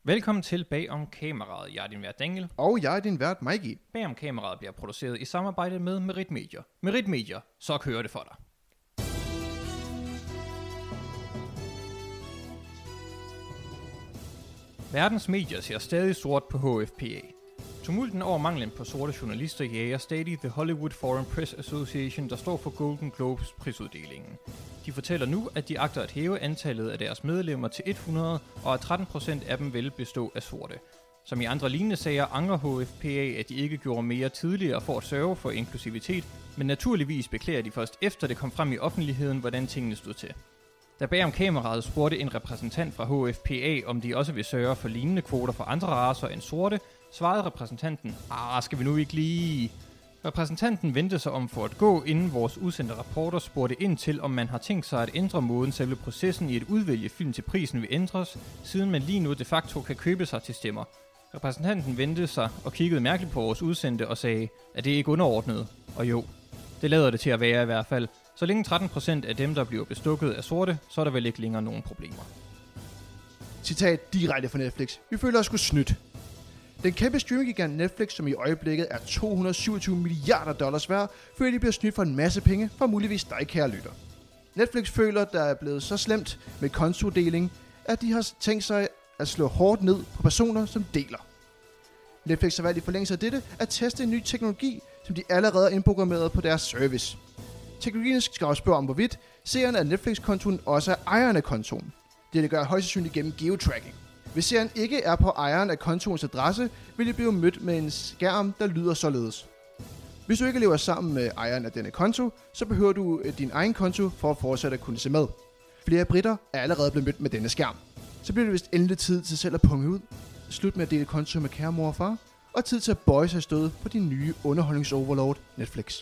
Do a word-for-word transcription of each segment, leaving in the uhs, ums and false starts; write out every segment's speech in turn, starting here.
Velkommen til Bag om kameraet. Jeg er din vært Daniel. Og jeg er din vært Mikey. Bag om kameraet bliver produceret i samarbejde med Merit Media. Merit Media, så kører det for dig. Verdens medier ser stadig sort på H F P A. Tumulten over manglen på sorte journalister jager stadig The Hollywood Foreign Press Association, der står for Golden Globes prisuddelingen. De fortæller nu, at de agter at hæve antallet af deres medlemmer til hundrede, og at tretten procent af dem vil bestå af sorte. Som i andre lignende sager angrer H F P A, at de ikke gjorde mere tidligere for at sørge for inklusivitet, men naturligvis beklager de først efter det kom frem i offentligheden, hvordan tingene stod til. Da bag om kameraet spurgte en repræsentant fra H F P A, om de også vil sørge for lignende kvoter for andre racer end sorte, svarede repræsentanten, ah, skal vi nu ikke lige... Repræsentanten vendte sig om for at gå, inden vores udsendte rapporter spurgte ind til, om man har tænkt sig at ændre måden selve processen i et udvælge film til prisen vil ændres, siden man lige nu de facto kan købe sig til stemmer. Repræsentanten vendte sig og kiggede mærkeligt på vores udsendte og sagde, at det ikke underordnet. Og jo, det lader det til at være i hvert fald. Så længe tretten procent af dem, der bliver bestukket, er sorte, så er der vel ikke længere nogen problemer. Citat direkte fra Netflix. Vi føler os sgu snydt. Den kæmpe streaminggigant Netflix, som i øjeblikket er to hundrede syvogtyve milliarder dollars værd, føler de bliver snydt for en masse penge fra muligvis dig, kære lytter. Netflix føler, der er blevet så slemt med kontodeling, at de har tænkt sig at slå hårdt ned på personer, som deler. Netflix har valgt i forlængelse af dette at teste en ny teknologi, som de allerede har indprogrammeret på deres service. Teknologien skal også spørge om, hvorvidt seeren af Netflix-kontoen også er ejeren af kontoen. Det gør højst sandsynligt gennem geotracking. Hvis seeren ikke er på ejeren af kontoens adresse, vil det blive mødt med en skærm, der lyder således. Hvis du ikke lever sammen med ejeren af denne konto, så behøver du din egen konto for at fortsætte at kunne se med. Flere britter er allerede blevet mødt med denne skærm. Så bliver det vist endelig tid til selv at punge ud. Slut med at dele konto med kære mor og far, og tid til at bøje sig i stødet på din nye underholdningsoverlord Netflix.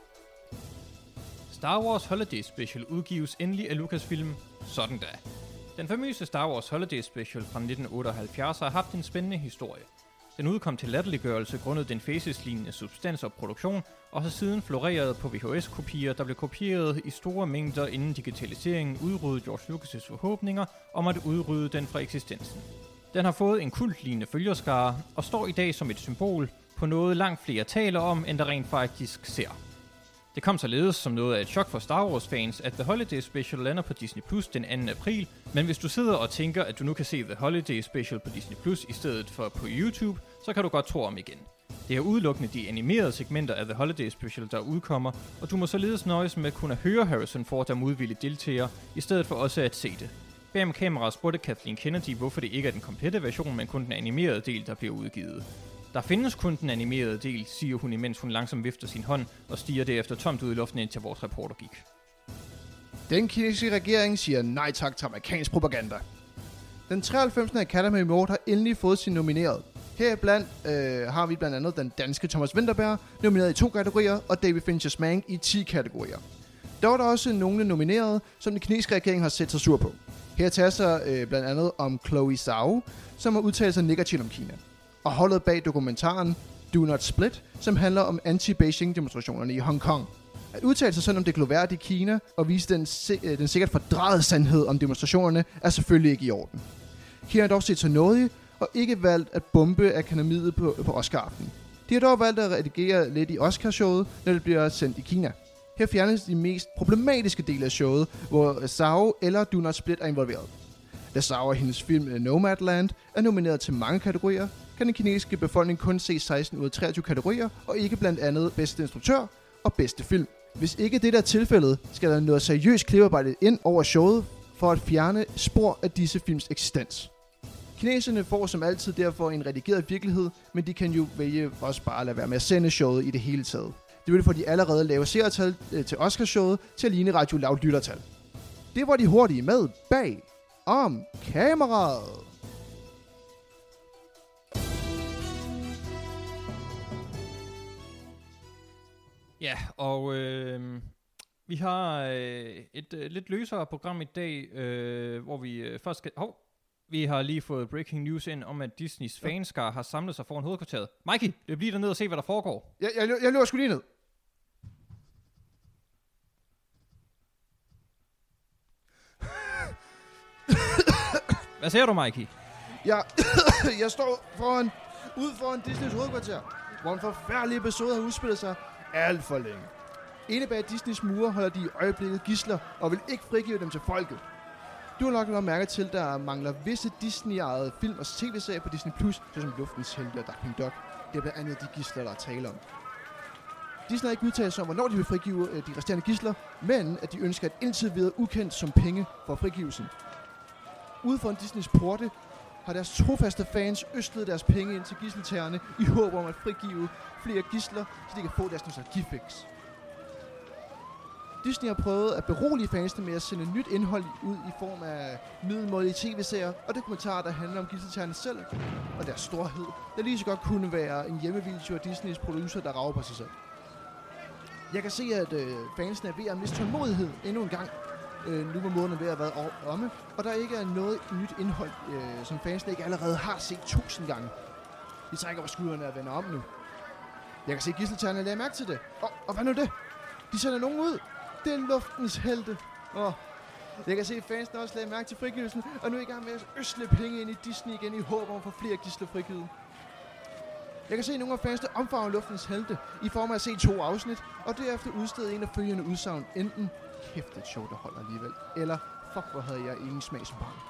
Star Wars Holiday Special udgives endelig af Lucasfilm. Sådan da. Den famøse Star Wars Holiday Special fra nitten otteoghalvfjerds har haft en spændende historie. Den udkom til latterliggørelse grundet den faceslignende substans og produktion, og har siden floreret på V H S-kopier, der blev kopieret i store mængder inden digitaliseringen udryddede George Lucas' forhåbninger om at udrydde den fra eksistensen. Den har fået en kultlignende følgerskare og står i dag som et symbol på noget langt flere taler om, end der rent faktisk ser. Det kom således som noget af et chok for Star Wars-fans, at The Holiday Special lander på Disney Plus den anden april, men hvis du sidder og tænker, at du nu kan se The Holiday Special på Disney Plus i stedet for på YouTube, så kan du godt tro om igen. Det er udelukkende de animerede segmenter af The Holiday Special, der udkommer, og du må således nøjes med at kunne høre Harrison Ford der modvilligt deltager, i stedet for også at se det. Bag om kameraet spurgte Kathleen Kennedy, hvorfor det ikke er den komplette version, men kun den animerede del, der bliver udgivet. Der findes kun den animerede del, siger hun, imens hun langsomt vifter sin hånd og stiger derefter tomt ud i luften, indtil vores reporter gik. Den kinesiske regering siger nej tak til amerikansk propaganda. Den treoghalvfems Academy Award har endelig fået sin nomineret. Heriblandt øh, har vi blandt andet den danske Thomas Vinterberg, nomineret i to kategorier, og David Fincher's Mank i ti kategorier. Der var der også nogle nominerede, som den kinesiske regering har set sig sur på. Her tager sig øh, blandt andet om Chloe Zhao, som har udtalt sig negativt om Kina. Og holdet bag dokumentaren Do Not Split, som handler om anti-Beijing-demonstrationerne i Hongkong. At udtale sig sådan om det gloværdige Kina og vise den, se- den sikkert fordrejede sandhed om demonstrationerne er selvfølgelig ikke i orden. Kina har dog set sig nådige og ikke valgt at bombe akademiet på, på Oscar-aften. De har dog valgt at redigere lidt i Oscar-showet, når det bliver sendt i Kina. Her fjernes de mest problematiske dele af showet, hvor Zhao eller Do Not Split er involveret. Da Zhao og hendes film Nomadland er nomineret til mange kategorier, kan den kinesiske befolkning kun se seksten ud af treogtyve kategorier, og ikke blandt andet bedste instruktør og bedste film. Hvis ikke det der er tilfældet, skal der noget seriøst klippearbejde ind over showet for at fjerne spor af disse films eksistens. Kineserne får som altid derfor en redigeret virkelighed, men de kan jo vælge også bare at lade være med at sende showet i det hele taget. Det vil få de allerede lave seertal til Oscarshowet til at ligne Radio Loud lyttertal. Det var de hurtige med bag om kameraet. Ja, og øh, vi har øh, et øh, lidt løsere program i dag, øh, hvor vi øh, først skal... Hov, vi har lige fået breaking news ind om, at Disneys fanskare har samlet sig foran hovedkvarteret. Mikey, det bliver derned og se, hvad der foregår. Jeg, jeg, jeg løber sgu lige ned. Hvad ser du, Mikey? Jeg, jeg står foran, ude foran Disneys hovedkvarter, hvor en forfærdelig episode har udspillet sig alt for længe. Inde bag Disneys mure holder de i øjeblikket gidsler og vil ikke frigive dem til folket. Du har nok lagt mærke til, at der mangler visse Disney-ejede film og tv-serier på Disney Plus, såsom Luftens Helte og Darkwing Duck. Det er blandt andet de gidsler, der er tale om. Disney har ikke udtalt sig om, hvornår de vil frigive øh, de resterende gidsler, men at de ønsker et indtil videre ukendt som penge for frigivelsen. Ude foran Disneys porte har deres trofaste fans østlet deres penge ind til gidseltagerne i håb om at frigive flere gidsler, så de kan få deres nostalgifix. Disney har prøvet at berolige fansene med at sende nyt indhold ud i form af middelmådige tv-serier og dokumentarer, der handler om gidseltagerne selv og deres storhed, der lige så godt kunne være en hjemmevideo af Disneys producer, der rager på sig selv. Jeg kan se, at øh, fansene er ved at miste tålmodighed endnu en gang, øh, nu hvor måneden er ved at have været omme, og der ikke er noget nyt indhold, øh, som fansene ikke allerede har set tusind gange. De trækker på skuldrene og vender om nu. Jeg kan se, at gidseltagerne lader mærke til det. Og, og hvad nu det? De sender nogen ud. Det er Luftens Helte. Og jeg kan se, at fansene også lader mærke til frigivelsen, og nu er i gang med at øsle penge ind i Disney igen i håb om at få flere gidsler frigivet. Jeg kan se, at nogle af fansene omfavner Luftens Helte i form af at se to afsnit, og derefter udstede en af følgende udsagn. Enten, kæft, det er et show, der holder alligevel, eller, fuck, hvor havde jeg ingen smag som barn.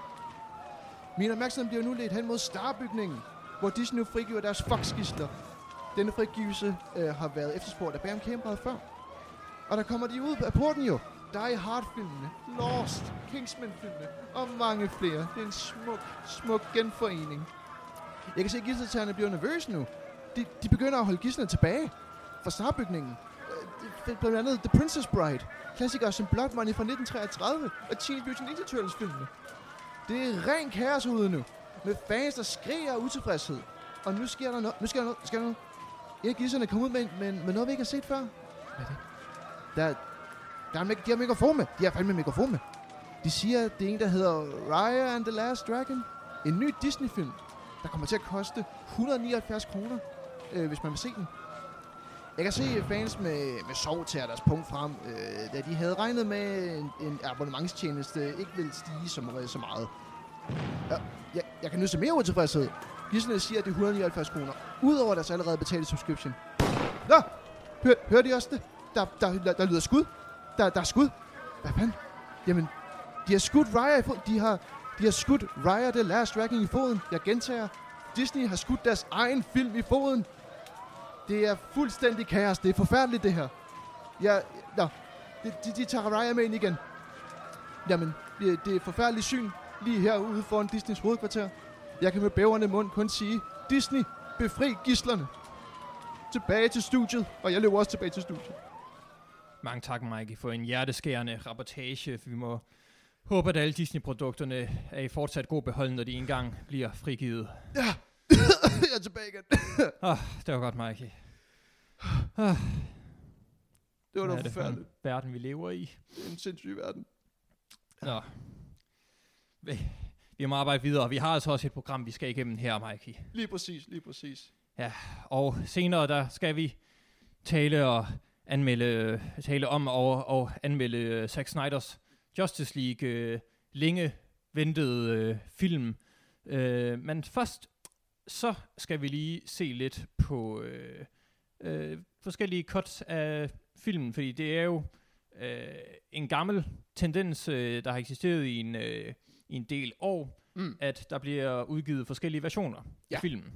Min opmærksomhed bliver nu ledt hen mod Starbygningen, hvor Disney nu frigiver deres Fox-gidsler. Denne frigivelse øh, har været efterspurgt af bag om kameraet før. Og der kommer de ud af porten jo. Die Hard-filmene, Lost, Kingsman-filmene og mange flere. Det er en smuk, smuk genforening. Jeg kan se, at gidseltagerne bliver nervøse nu. De, de begynder at holde gidslerne tilbage fra Starbygningen. Det er blandt andet The Princess Bride, klassikere som Blood Money fra nitten treogtredive og Teenage Mutant Ninja Turtles-filmene. Det er ren kaos ude nu, med fans, der skriger af utilfredshed. Og nu sker der noget. Nu sker der noget. Sker der noget. En af gidslerne kommer ud med, med, med noget, vi ikke har set før. Hvad er det? Der, der er, de har mikrofon med. De har fandme mikrofon med. De siger, at det er en, der hedder Raya and the Last Dragon. En ny Disney-film, der kommer til at koste et hundrede og nioghalvfjerds kroner, øh, hvis man vil se den. Jeg kan se fans med, med sorg til deres punkt frem, øh, da de havde regnet med en, en abonnementstjeneste ikke ville stige så, så meget. Ja, jeg, jeg kan nu se mere utilfredshed. Gidslerne siger, at det er et hundrede og nioghalvfjerds kroner, udover deres allerede betalte subscription. Nå, hør, hører de også det? Der, der, der, der lyder skud. Der, der er skud. Hvad fanden? Jamen, de har skudt Raya i foden. De har, de har skudt Raya the Last Dragon i foden. Jeg gentager. Disney har skudt deres egen film i foden. Det er fuldstændig kaos. Det er forfærdeligt, det her. Jeg, nå, de, de, de tager Raya med ind igen. Jamen, det, det er et forfærdeligt syn lige herude foran Disneys hovedkvarter. Jeg kan med bæverne mund kun sige, Disney, befri gidslerne. Tilbage til studiet, og jeg løber også tilbage til studiet. Mange tak, Mike, for en hjerteskærende rapportage. Vi må håbe, at alle Disney-produkterne er i fortsat god behold, når de engang bliver frigivet. Ja, jeg er tilbage igen. oh, det var godt, Mike. Oh. Det var noget forfærdeligt. Verden, vi lever i. Det er en sindssyg verden. Nå. Vi må arbejde videre. Vi har altså også et program, vi skal igennem her, Mike. Lige præcis, lige præcis. Ja, og senere der skal vi tale og anmelde, tale om og, og anmelde uh, Zack Snyders Justice League uh, længe ventede uh, film. Uh, men først så skal vi lige se lidt på uh, uh, forskellige cuts af filmen, fordi det er jo uh, en gammel tendens, uh, der har eksisteret i en, uh, i en del år, mm. at der bliver udgivet forskellige versioner ja. af filmen.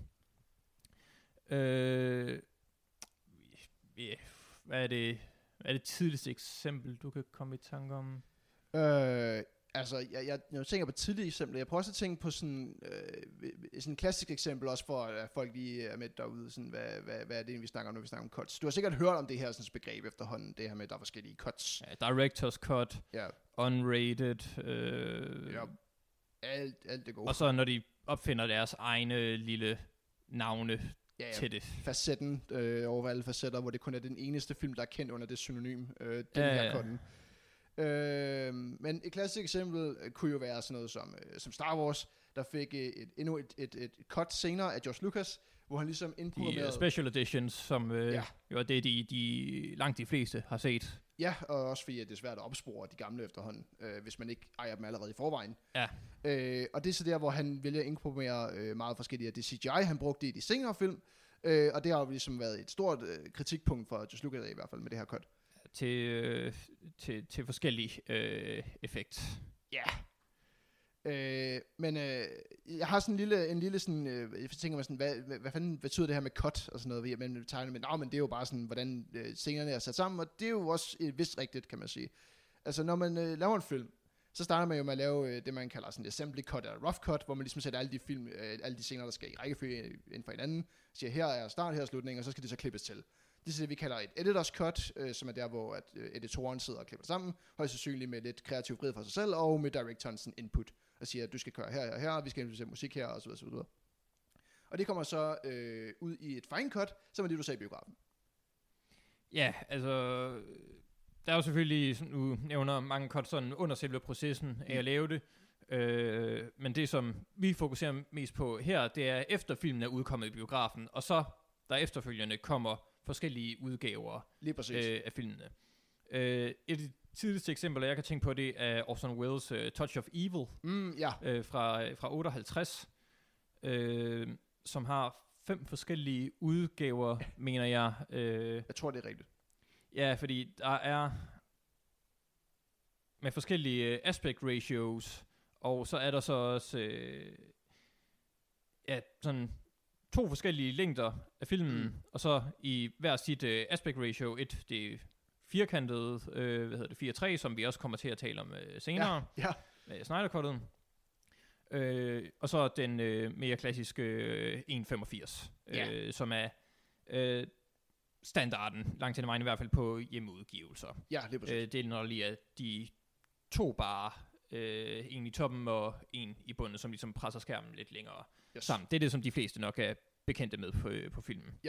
Øh, yeah. Hvad er det? Hvad er det tidligste eksempel, du kan komme i tanke om? Øh, altså, jeg, jeg, jeg tænker på tidlige eksempler. Jeg prøver også at tænke på sådan, øh, sådan et klassisk eksempel, også for at folk lige er med derude. Sådan, hvad, hvad, hvad er det, vi snakker om, når vi snakker om cuts? Du har sikkert hørt om det her sådan, begreb efterhånden, det her med, at der er forskellige cuts. Ja, director's cut, ja. Unrated. Øh, ja. Alt, alt det gode. Og så når de opfinder deres egne lille navne, ja, ja. til det. Facetten, øh, over alle facetter, hvor det kun er den eneste film, der er kendt under det synonym. Øh, den ja, her ja. kunden. Øh, men et klassisk eksempel øh, kunne jo være sådan noget som, øh, som Star Wars, der fik øh, et, endnu et, et, et cut senere af George Lucas, hvor han ligesom indprogrammerede... De uh, special editions, som øh, ja. jo er det, de, de langt de fleste har set. Ja, og også fordi at det er svært at opspore de gamle efterhånden, øh, hvis man ikke ejer dem allerede i forvejen. Ja. Øh, og det er så der, hvor han vælger at inkorporere øh, meget forskellige af det C G I, han brugte i de senere film. Øh, og det har jo ligesom været et stort øh, kritikpunkt for George Lucas i hvert fald med det her cut. Til, øh, til, til forskellige øh, effekt. Ja. Øh, men øh, jeg har sådan en lille, en lille sådan, øh, jeg tænker mig sådan, hvad, hvad, hvad fanden betyder det her med cut og sådan noget, men tegner med, nej, men det er jo bare sådan, hvordan øh, scenerne er sat sammen, og det er jo også et vist rigtigt, kan man sige. Altså, når man øh, laver en film, så starter man jo med at lave øh, det, man kalder sådan et assembly cut eller rough cut, hvor man ligesom sætter alle de film, øh, alle de scener, der skal i rækkefølge inden for hinanden, siger, her er start, her er slutning, og så skal det så klippes til. Det er det, vi kalder et editors cut, øh, som er der, hvor at, øh, editoren sidder og klipper det sammen, højst sandsynligt med lidt kreativ frihed for sig selv, og med directorens input, og siger, at du skal køre her og her, vi skal introducere musik her, og så videre, så videre. Og det kommer så øh, ud i et fine cut, som er det, du sagde i biografen. Ja, altså, der er jo selvfølgelig, sådan, nu nævner mange cuts sådan under selve processen af at lave det, øh, men det, som vi fokuserer mest på her, det er efter filmen er udkommet i biografen, og så der efterfølgende kommer forskellige udgaver øh, af filmene. Øh, et af de tidligste eksempler, jeg kan tænke på, det er Orson Welles uh, Touch of Evil mm, ja. øh, fra, fra otteoghalvtreds, øh, som har fem forskellige udgaver, mener jeg. Øh, jeg tror, det er rigtigt. Ja, fordi der er med forskellige uh, aspect ratios, og så er der så også øh, ja, sådan to forskellige længder af filmen, mm. og så i hver sit uh, aspect ratio, et det firkantede, øh, hvad hedder det, fire tre, som vi også kommer til at tale om øh, senere, ja, ja. med Snyder-cuttet, øh, og så den øh, mere klassiske øh, en komma femogfirs, ja. øh, som er øh, standarden, langt hen ad vejen i hvert fald på hjemmeudgivelser. Ja, det er præcis. Øh, det er når lige er de to bare, øh, en i toppen og en i bunden, som ligesom presser skærmen lidt længere yes. sammen. Det er det, som de fleste nok er bekendte med på, på filmen. Ja.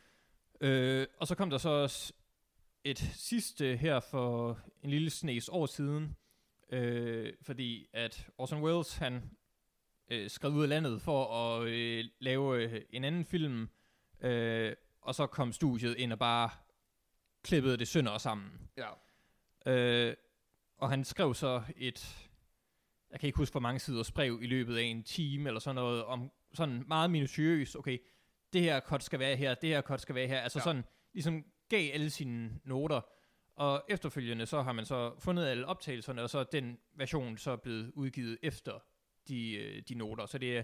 Øh, og så kom der så også et sidste her for en lille snes år siden, øh, fordi at Orson Welles, han øh, skrev ud af landet for at øh, lave øh, en anden film, øh, og så kom studiet ind og bare klippede det sønder sammen. Ja. Øh, og han skrev så et, jeg kan ikke huske hvor mange siders brev i løbet af en time eller sådan noget, om sådan meget minutiøst, okay, det her cut skal være her, det her cut skal være her, altså ja. Sådan ligesom gav alle sine noter, og efterfølgende så har man så fundet alle optagelserne, og så er den version så blevet udgivet efter de, de noter, så det er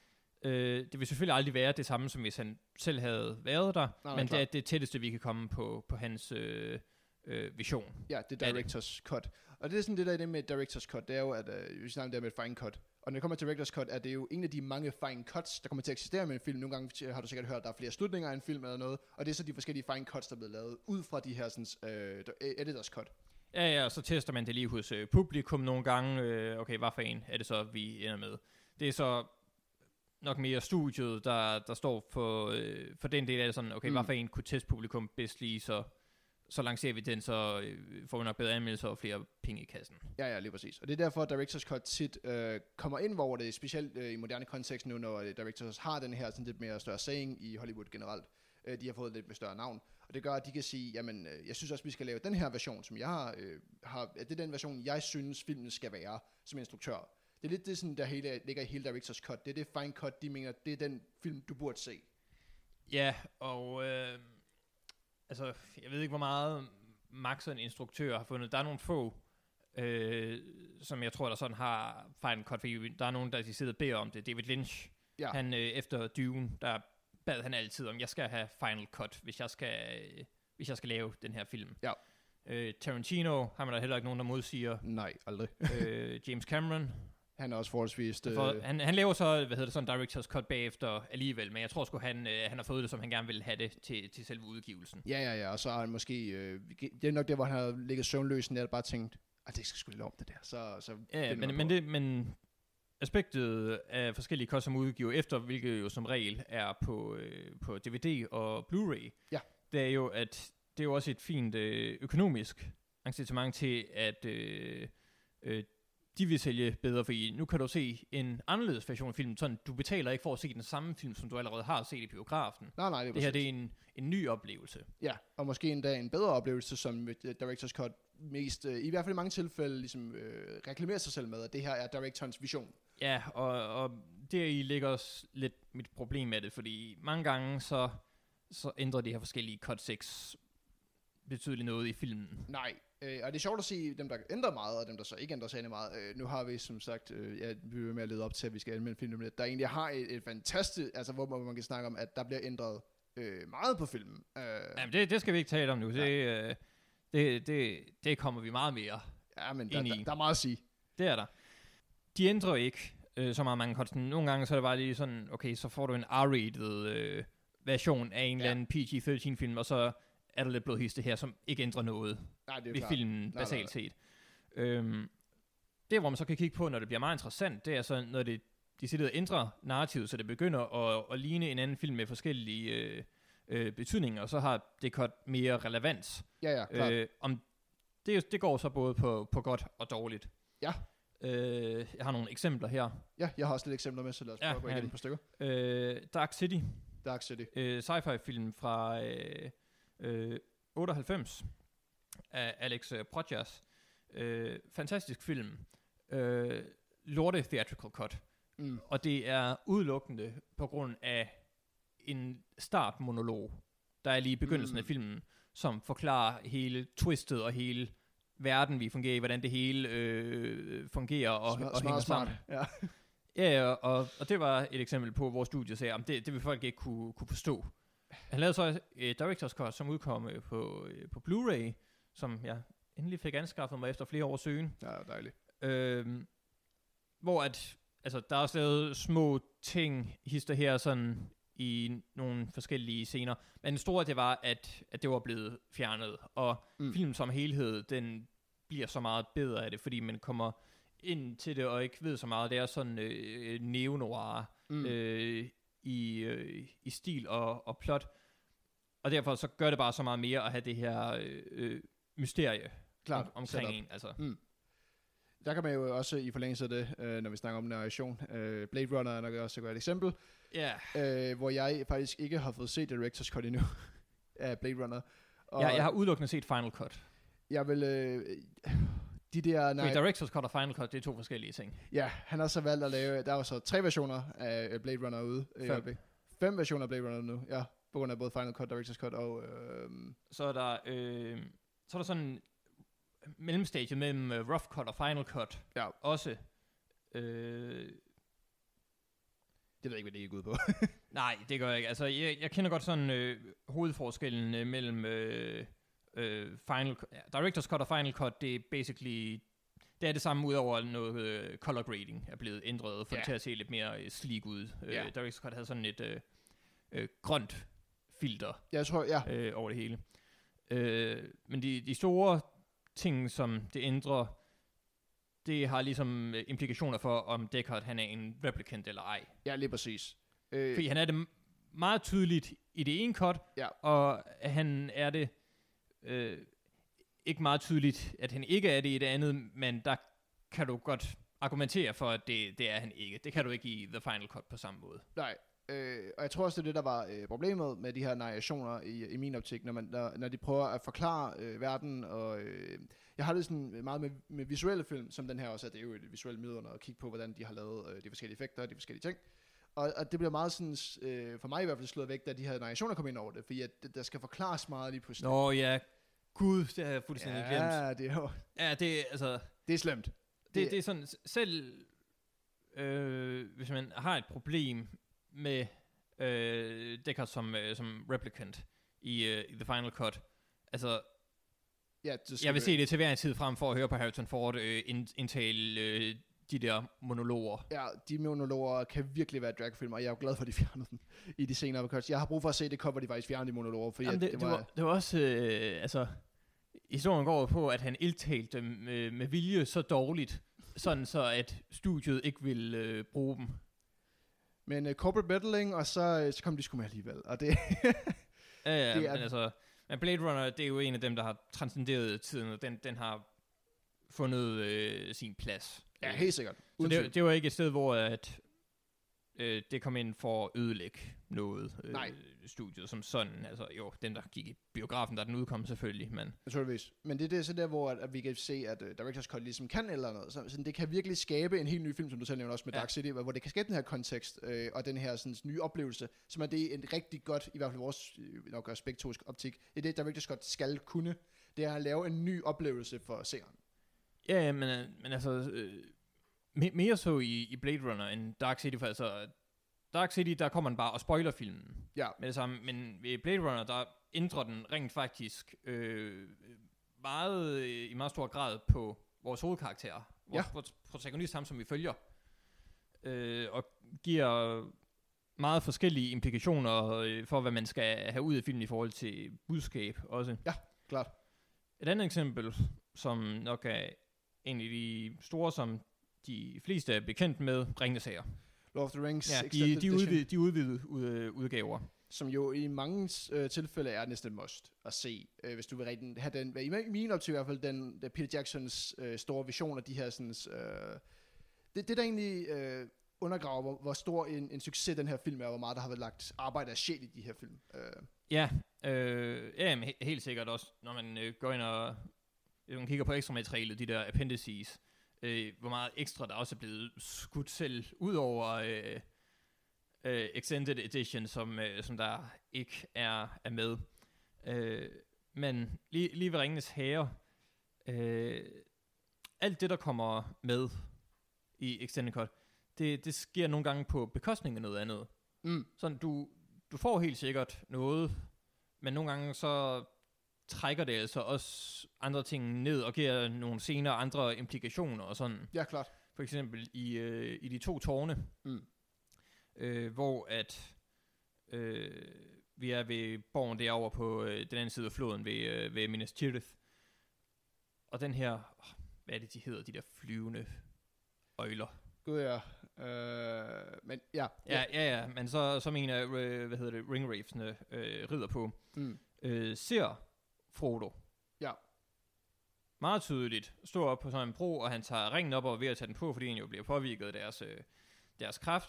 øh, det vil selvfølgelig aldrig være det samme, som hvis han selv havde været der, nej, men det er det tætteste, vi kan komme på, på hans øh, øh, vision. Ja, det er director's cut. Og det er sådan det der det med director's cut, det er jo, at øh, vi snakker der med et fine cut, og når det kommer til director's cut, er det jo en af de mange fine cuts, der kommer til at eksistere med en film. Nogle gange har du sikkert hørt, at der er flere slutninger af en film eller noget, og det er så de forskellige fine cuts, der er blevet lavet ud fra de her sådan, øh, editors cut. Ja, ja, og så tester man det lige hos øh, publikum nogle gange. Øh, okay, hvad for en er det så, vi ender med? Det er så nok mere studiet, der, der står for, øh, for den del af det sådan, okay, mm. hvad for en kunne testpublikum bedst lige, så, så lancerer vi den, så øh, får vi nok bedre anmeldelser og flere penge i kassen. Ja, ja, lige præcis. Og det er derfor, at Directors Cut tit øh, kommer ind, hvor det er specielt øh, i moderne kontekst nu, når Directors har den her sådan lidt mere større saying i Hollywood generelt. Øh, de har fået lidt mere større navn. Og det gør, at de kan sige, jamen, øh, jeg synes også, vi skal lave den her version, som jeg har, øh, har det er den version, jeg synes, filmen skal være som instruktør. Det er lidt det, sådan, der hele, ligger i hele Directors Cut. Det er det fine cut, de mener, det er den film, du burde se. Ja, og øh, altså, jeg ved ikke, hvor meget Max og en instruktør har fundet. Der er nogle få, øh, som jeg tror, der sådan har fine cut, fordi der er nogen, der sidder og beder om det. David Lynch, ja. han øh, efter Dune, der bad han altid om, jeg skal have final cut, hvis jeg skal, øh, hvis jeg skal lave den her film. Ja. Øh, Tarantino har man da heller ikke nogen, der modsiger. Nej, aldrig. øh, James Cameron. Han er også forholdsvis... Øh... For, han, han laver så, hvad hedder det, sådan director's cut bagefter alligevel, men jeg tror sgu, han, øh, han har fået det, som han gerne ville have det til, til selve udgivelsen. Ja, ja, ja, og så har han måske... Øh, det er nok det, hvor han har ligget søvnløs, og bare tænkt, at det skal sgu lidt om det der. Så, så ja, men, men, det, men aspektet af forskellige cuts som udgiver efter, hvilket jo som regel er på, øh, på D V D og Blu-ray, ja. det er jo, at det er jo også et fint øh, økonomisk incitament til, at... Øh, øh, de vil sælge bedre, fordi nu kan du se en anderledes version af filmen, sådan du betaler ikke for at se den samme film, som du allerede har set i biografen. Nej, nej, det, er det her det er en, en ny oplevelse. Ja, og måske endda en bedre oplevelse, som Director's Cut mest, i hvert fald i mange tilfælde, ligesom øh, reklamerer sig selv med, at det her er Directorens vision. Ja, og, og deri ligger også lidt mit problem med det, fordi mange gange så, så ændrer de her forskellige cut seks betydeligt noget i filmen. Nej, øh, og det er sjovt at se dem, der ændrer meget, og dem, der så ikke ændrer særlig meget. Øh, nu har vi som sagt, øh, ja, vi er med at lede op til, at vi skal anmelde filmen, der egentlig har et, et fantastisk, altså hvor man kan snakke om, at der bliver ændret øh, meget på filmen. Øh, Jamen det, det skal vi ikke tale om nu, ja. det, øh, det, det, det kommer vi meget mere ja, men der, ind i. Der, der er meget at sige. Det er der. De ændrer ikke øh, så meget mange cuts. Nogle gange så er det bare lige sådan, okay, så får du en R-rated øh, version af en ja. eller anden P G thirteen film, og så er der lidt blodhiste her, som ikke ændrer noget nej, det er ved klart. filmen nej, basalt nej. set. Øhm, det, hvor man så kan kigge på, når det bliver meget interessant, det er så, når det decideret ændrer narrativet, så det begynder at, at ligne en anden film med forskellige øh, øh, betydninger, og så har det cut mere relevans. Ja, ja, klart. Øh, om det, det går så både på, på godt og dårligt. Ja. Øh, jeg har nogle eksempler her. Ja, jeg har også lidt eksempler med, så lad os prøve ja, at gå igennem et par stykker. Øh, Dark City. Dark City. Øh, sci-fi film fra øh, øh, otteoghalvfems af Alex Projas. Øh, fantastisk film. Øh, lorte theatrical cut. Mm. Og det er udelukkende på grund af en startmonolog, der er lige i begyndelsen mm. af filmen, som forklarer hele twistet og hele verden, vi fungerer i, hvordan det hele øh, fungerer og, smart, og hænger smart. sammen. Ja. Ja, og, og det var et eksempel på, hvor studiet sagde, at det, det vil folk ikke kunne, kunne forstå. Han lavede så et Director's Cut, som udkom på, på Blu-ray, som jeg endelig fik anskaffet mig efter flere års søgen. Ja, dejligt. Øhm, hvor at, altså, der er også lavet små ting, hister her, sådan i nogle forskellige scener. Men det store, det var, at, at det var blevet fjernet. Og mm. filmen som helhed, den bliver så meget bedre af det, fordi man kommer ind til det, og ikke ved så meget. Det er sådan øh, neo-noir mm. øh, i, øh, i stil og, og plot. Og derfor så gør det bare så meget mere at have det her øh, mysterie Klart, om, omkring en. Altså. Mm. Der kan man jo også i forlængelse af det, øh, når vi snakker om narration, øh, Blade Runner er nok også et godt eksempel, yeah. øh, hvor jeg faktisk ikke har fået set Director's Cut endnu af Blade Runner. Og ja, jeg har udelukkende set Final Cut. Jeg vil... Øh, de der... Nej, Director's Cut og Final Cut, det er to forskellige ting. Ja, han har så valgt at lave... Der var så tre versioner af Blade Runner ude. Fem. Øh, Fem versioner af Blade Runner nu, ja. På grund af både Final Cut, Director's Cut og... Øh, så er der... Øh, så er der sådan mellemstadie mellem uh, Rough Cut og Final Cut. Ja. Også. Øh, det ved jeg ikke, hvad det gik ud på. Nej, det gør jeg ikke. Altså, jeg, jeg kender godt sådan øh, hovedforskellen øh, mellem øh, øh, Final ja, Director's Cut og Final Cut. Det er basically... Det er det samme, udover noget øh, color grading er blevet ændret, for yeah. det til at se lidt mere øh, sleek ud. Yeah. Øh, Director's Cut havde sådan et øh, øh, grønt filter jeg tror, ja. øh, over det hele. Øh, men de, de store ting, som det ændrer, det har ligesom implikationer for, om Deckard han er en replicant eller ej. Ja, lige præcis. Øh. Fordi han er det meget tydeligt i det ene cut, ja. og han er det øh, ikke meget tydeligt, at han ikke er det i det andet, men der kan du godt argumentere for, at det, det er han ikke. Det kan du ikke i The Final Cut på samme måde. Nej. Øh, og jeg tror også, det er det, der var øh, problemet med de her narrationer i, i min optik, når, man, når, når de prøver at forklare øh, verden. Og øh, jeg har det sådan meget med, med visuelle film, som den her også er. Det er jo et visuelt middel at kigge på, hvordan de har lavet øh, de forskellige effekter og de forskellige ting. Og, og det bliver meget sådan, øh, for mig i hvert fald slået væk, da de her narrationer kom ind over det, fordi at det, der skal forklares meget lige pludselig. Nå ja, gud, det har jeg fuldstændig ja, glemt. Ja, det er jo... Ja, det er altså... Det er slemt. Det, det, det er sådan, selv øh, hvis man har et problem med øh, Deckard som, øh, som replicant i, øh, i The Final Cut, altså... Ja, jeg vil se det til hver en tid frem for at høre på Harrison Ford øh, indtale øh, de der monologer. Ja, de monologer kan virkelig være dragfilm, og jeg er jo glad for, at de fjernede den i de senere cuts. Jeg har brug for at se det cover, de faktisk fjernede de monologer. Fordi Jamen det, det, det, var, det var også, øh, altså, historien går på, at han ildtalte dem med, med vilje så dårligt, sådan så at studiet ikke ville øh, bruge dem. Men uh, corporate meddling, og så, så kom de sgu med alligevel, og det... ja, ja, det er, men altså, men Blade Runner, det er jo en af dem, der har transcenderet tiden, og den, den har fundet øh, sin plads. Ja, helt sikkert. Så det, det var ikke et sted, hvor at, øh, det kom ind for at ødelægge noget øh, studiet som sådan. Altså jo, dem der gik i biografen, der den udkom selvfølgelig, men... Naturligvis. Men det, det er så der, hvor at, at vi kan se, at uh, Director's Cut ligesom kan eller noget. Så, så det kan virkelig skabe en helt ny film, som du selv nævner også med ja. Dark City, hvor det kan skabe den her kontekst øh, og den her sådan, nye oplevelse, som er det en rigtig godt, i hvert fald vores nok aspektorisk optik, det er det, Director's Cut skal kunne. Det er at lave en ny oplevelse for seeren. Ja, ja men, men altså... Øh, mere så i, i Blade Runner end Dark City, for altså... Dark City, der kommer man bare og spoiler filmen ja. med det samme, men ved Blade Runner, der ændrer den rent faktisk øh, meget, øh, i meget stor grad på vores hovedkarakterer, vores, ja. vores protagonist, ham som vi følger, øh, og giver meget forskellige implikationer øh, for, hvad man skal have ud af filmen i forhold til budskab også. Ja, klart. Et andet eksempel, som nok er en af de store, som de fleste er bekendt med, Ringenes Sager. Lord of the Rings ja, de, de, udvid, de udvidede ud, udgaver. Som jo i mange øh, tilfælde er næsten et must at se, øh, hvis du vil rigtig have den, i min optik i hvert fald, den, den Peter Jacksons øh, store vision af de her sådan, øh, det, det der egentlig øh, undergraver, hvor, hvor stor en, en succes den her film er, og hvor meget der har været lagt arbejde af sjæl i de her film. Øh. Ja, øh, ja men he- helt sikkert også, når man øh, går ind og man kigger på ekstra materialet, de der appendices, Øh, hvor meget ekstra der også er blevet skudt selv ud over øh, øh, Extended Edition, som, øh, som der ikke er, er med. Øh, men lige, lige ved Ringenes Herre, øh, alt det, der kommer med i Extended Cut, det, det sker nogle gange på bekostning af noget andet. Mm. Sådan, du, du får helt sikkert noget, men nogle gange så trækker det altså også andre ting ned og giver nogle senere andre implikationer og sådan. Ja, klart. For eksempel i, øh, i de to tårne, mm. øh, hvor at øh, vi er ved borgen derovre på øh, den anden side af floden ved, øh, ved Minas Tirith. Og den her, oh, hvad er det de hedder, de der flyvende øjler? Gud ja. Øh, men ja. Ja, ja, ja. Men så, så mener jeg, øh, hvad hedder det, ringwravesene øh, rider på, mm. øh, ser Frodo. Ja. Meget tydeligt står op på sådan en bro, og han tager ringen op og er ved at tage den på, fordi han jo bliver påvirket af deres, øh, deres kraft.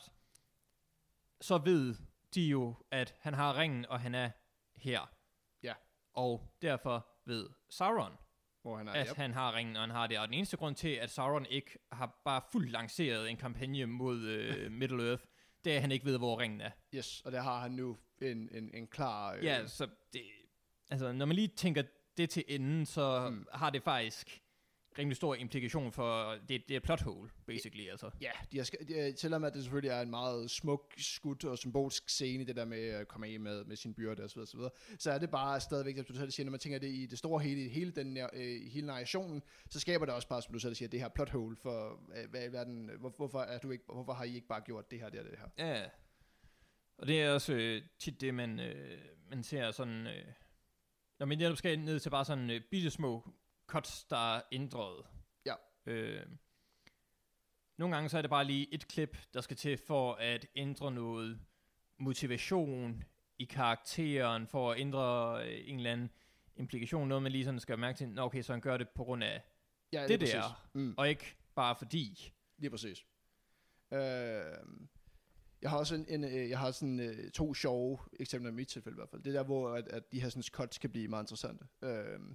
Så ved de jo, at han har ringen, og han er her. Ja. Og derfor ved Sauron, hvor han er, at yep. han har ringen, og han har det. Og den eneste grund til, at Sauron ikke har bare fuldt lanceret en kampagne mod øh, Middle Earth, det er, at han ikke ved, hvor ringen er. Yes, og der har han nu en, en, en klar... Øh... Ja, så det... Altså, når man lige tænker det til enden, så mm. har det faktisk rimelig stor implikation for, det, det er et plot hole, basically, altså. Ja, de har, de, selvom at det selvfølgelig er en meget smuk, skudt og symbolsk scene, det der med at komme af med, med sin byrde og så videre, så videre, så er det bare stadigvæk, som du selv siger, når man tænker det i det store hele, i hele, den, øh, hele narrationen, så skaber det også bare, som du selv siger, det her plot hole for, øh, hvad i verden, hvor, hvorfor, er du ikke, hvorfor har I ikke bare gjort det her, det her, det her? Ja, og det er også øh, tit det, man, øh, man ser sådan... Øh, når man netop skal ned til bare sådan øh, bitte små cuts, der er ændret. Ja. Øh, nogle gange så er det bare lige et klip, der skal til for at ændre noget motivation i karakteren, for at ændre øh, en eller anden implikation, noget man lige sådan skal mærke til, nå okay, så han gør det på grund af ja, det der, mm. og ikke bare fordi. Lige præcis. Øh... Jeg har også en, en jeg har sådan uh, to sjove eksempler i mit tilfælde i hvert fald. Det er der, hvor at, at de her sådan, cuts kan blive meget interessante. Uh,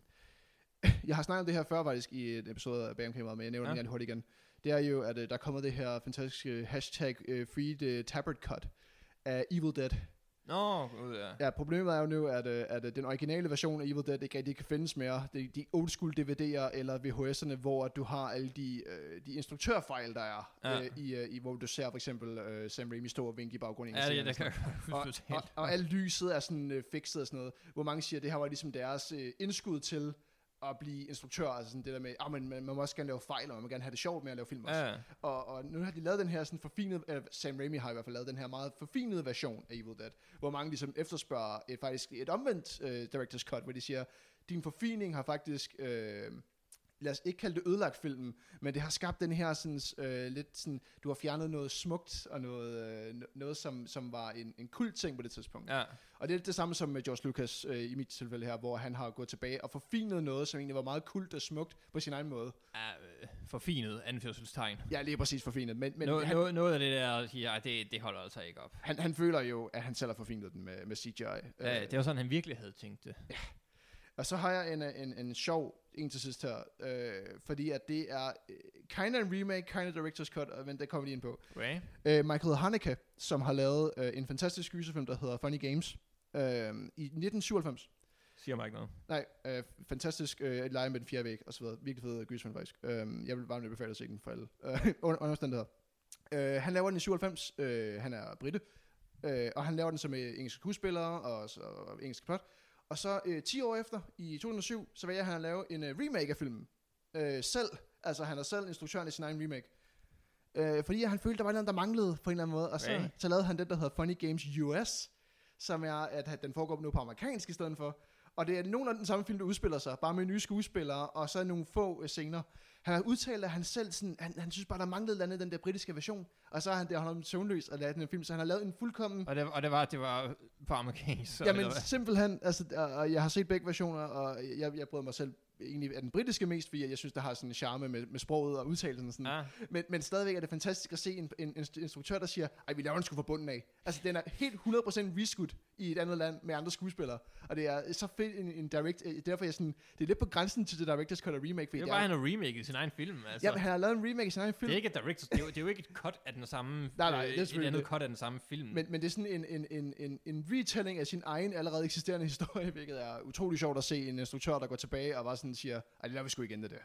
jeg har snakket om det her før faktisk i et episode af Bagomkameraet, men jeg nævner ja. den gerne hurtigt igen. Det er jo, at uh, der er kommet det her fantastiske hashtag uh, Free the Tabard Cut af Evil Dead. Nå, oh, ja. Ja, problemet er jo nu, at, at den originale version af Evil Dead ikke rigtig kan findes mere. Det er de old school D V D'er eller V H S'erne, hvor du har alle de, øh, de instruktørfejl, der er, ja. øh, i, øh, i, hvor du ser for eksempel øh, Sam Raimi stå og vinke i baggrunden. Ja, det, det kan og, og, og, og alt lyset er sådan øh, fikset og sådan noget, hvor mange siger, at det her var ligesom deres øh, indskud til at blive instruktør, altså sådan det der med, ah, men man, man må også gerne lave fejl, og man må gerne have det sjovt med at lave film også. Ja. Og, og nu har de lavet den her sådan forfinede, eller Sam Raimi har i hvert fald lavet den her meget forfinede version af Evil Dead, hvor mange ligesom efterspørger et, faktisk et omvendt uh, director's cut, hvor de siger, din forfining har faktisk uh, lad os ikke kalde det ødelagt filmen, men det har skabt den her sådan, øh, lidt sådan, du har fjernet noget smukt, og noget, øh, noget som, som var en, en kult ting på det tidspunkt. Ja. Og det er det samme som med George Lucas øh, i mit tilfælde her, hvor han har gået tilbage og forfinet noget, som egentlig var meget kult og smukt på sin egen måde. Ja, øh, forfinet anførselstegn. Ja, lige præcis forfinet. Men, men no, han, no, noget af det der, ja, det, det holder altså ikke op. han, han føler jo, at han selv har forfinet den med, med C G I. Ja, det var sådan, han virkelig havde tænkt det. Ja. Og så har jeg en, en, en sjov en til sidst her, øh, fordi at det er øh, kind of en remake, kind of director's cut, men det kommer vi ind på. Okay. Øh, Michael Haneke, som har lavet øh, en fantastisk gyserfilm, der hedder Funny Games, øh, i nitten syvoghalvfems. Siger mig ikke noget. Nej, øh, fantastisk øh, lege med den fjerde væg, og så videre. Virkelig fed gyserfilm faktisk. Øh, jeg vil varmt befale at se den for alle. Øh, under omstændigheder. Øh, han laver den i syvoghalvfems, øh, han er britte, øh, og han laver den som øh, engelske skuespillere og, så, og engelsk plot. Og så øh, ti år efter, i to tusind og syv, så vælger han at lave en øh, remake af filmen. Øh, selv, altså han er selv instruktøren i sin egen remake. Øh, fordi han følte, der var noget, der manglede på en eller anden måde. Og så, okay. så lavede han det, der hedder Funny Games U S, som er, at den foregår nu på amerikansk i stedet for. Og det er nogen af den samme film, der udspiller sig, bare med nye skuespillere, og så nogle få øh, scener. Han har udtalt, at han selv sådan, han, han synes bare, der manglede et andet den der britiske version. Og så har han det, han har søvnløs og lavet den film, så han har lavet en fuldkommen... Og det, og det var, det var på amerikansk. Jamen simpelthen, altså, og jeg har set begge versioner, og jeg, jeg bryder mig selv egentlig af den britiske mest, fordi jeg synes, der har sådan en charme med, med sproget og udtalelsen og sådan. Ah. Men, men stadigvæk er det fantastisk at se en, en, en instruktør, der siger, ej, vi laver den sgu fra bunden af. Altså, den er helt hundrede procent reskudt i et andet land med andre skuespillere. Og det er så fedt en, en direct, derfor er jeg sådan, det er lidt på grænsen til det director's cut og remake. Det er bare, han har remake i sin egen film. Altså. Ja, men han har lavet en remake i sin egen film. Det er ikke et director's, det er jo, det er jo ikke et cut af den samme, nej, nej, det er et andet det. cut af den samme film. Men, men det er sådan en, en, en, en, en retelling af sin egen allerede eksisterende historie, hvilket er utrolig sjovt at se en instruktør, der går tilbage og bare sådan siger, ej, det laver vi sgu igen det der.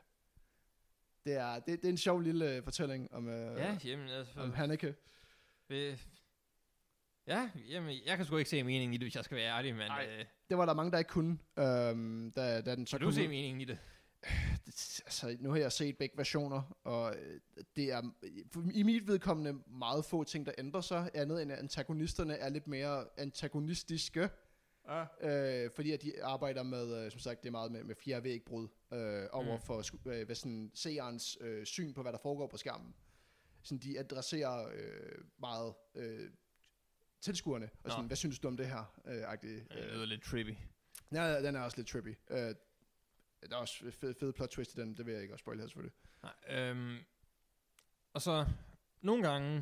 Det er, det, det er en sjov lille fortælling om, ja, jamen, altså, om Haneke. Øh, ja, jamen, jeg kan sgu ikke se meningen i det, hvis jeg skal være ærlig, men... Øh, det var der mange, der ikke kunne. Øhm, da, da den så kan du se meningen i det? det? Altså, nu har jeg set begge versioner, og det er i mit vedkommende meget få ting, der ændrer sig, andet end at antagonisterne er lidt mere antagonistiske. Ah. Øh, fordi at de arbejder med, øh, som sagt, det er meget med, med fjerde vægbrud øh, over mm. for øh, hvad sådan, seerens øh, syn på, hvad der foregår på skærmen. Sådan, de adresserer øh, meget øh, tilskuerne, og sådan, hvad synes du om det her? Øh, agtigt, øh. Det lyder lidt trippy. Ja, den er også lidt trippy. Øh, der er også fed, fed plot twist i den, det vil jeg ikke også spoile her selvfølgelig. Nej, øhm, og så, nogle gange,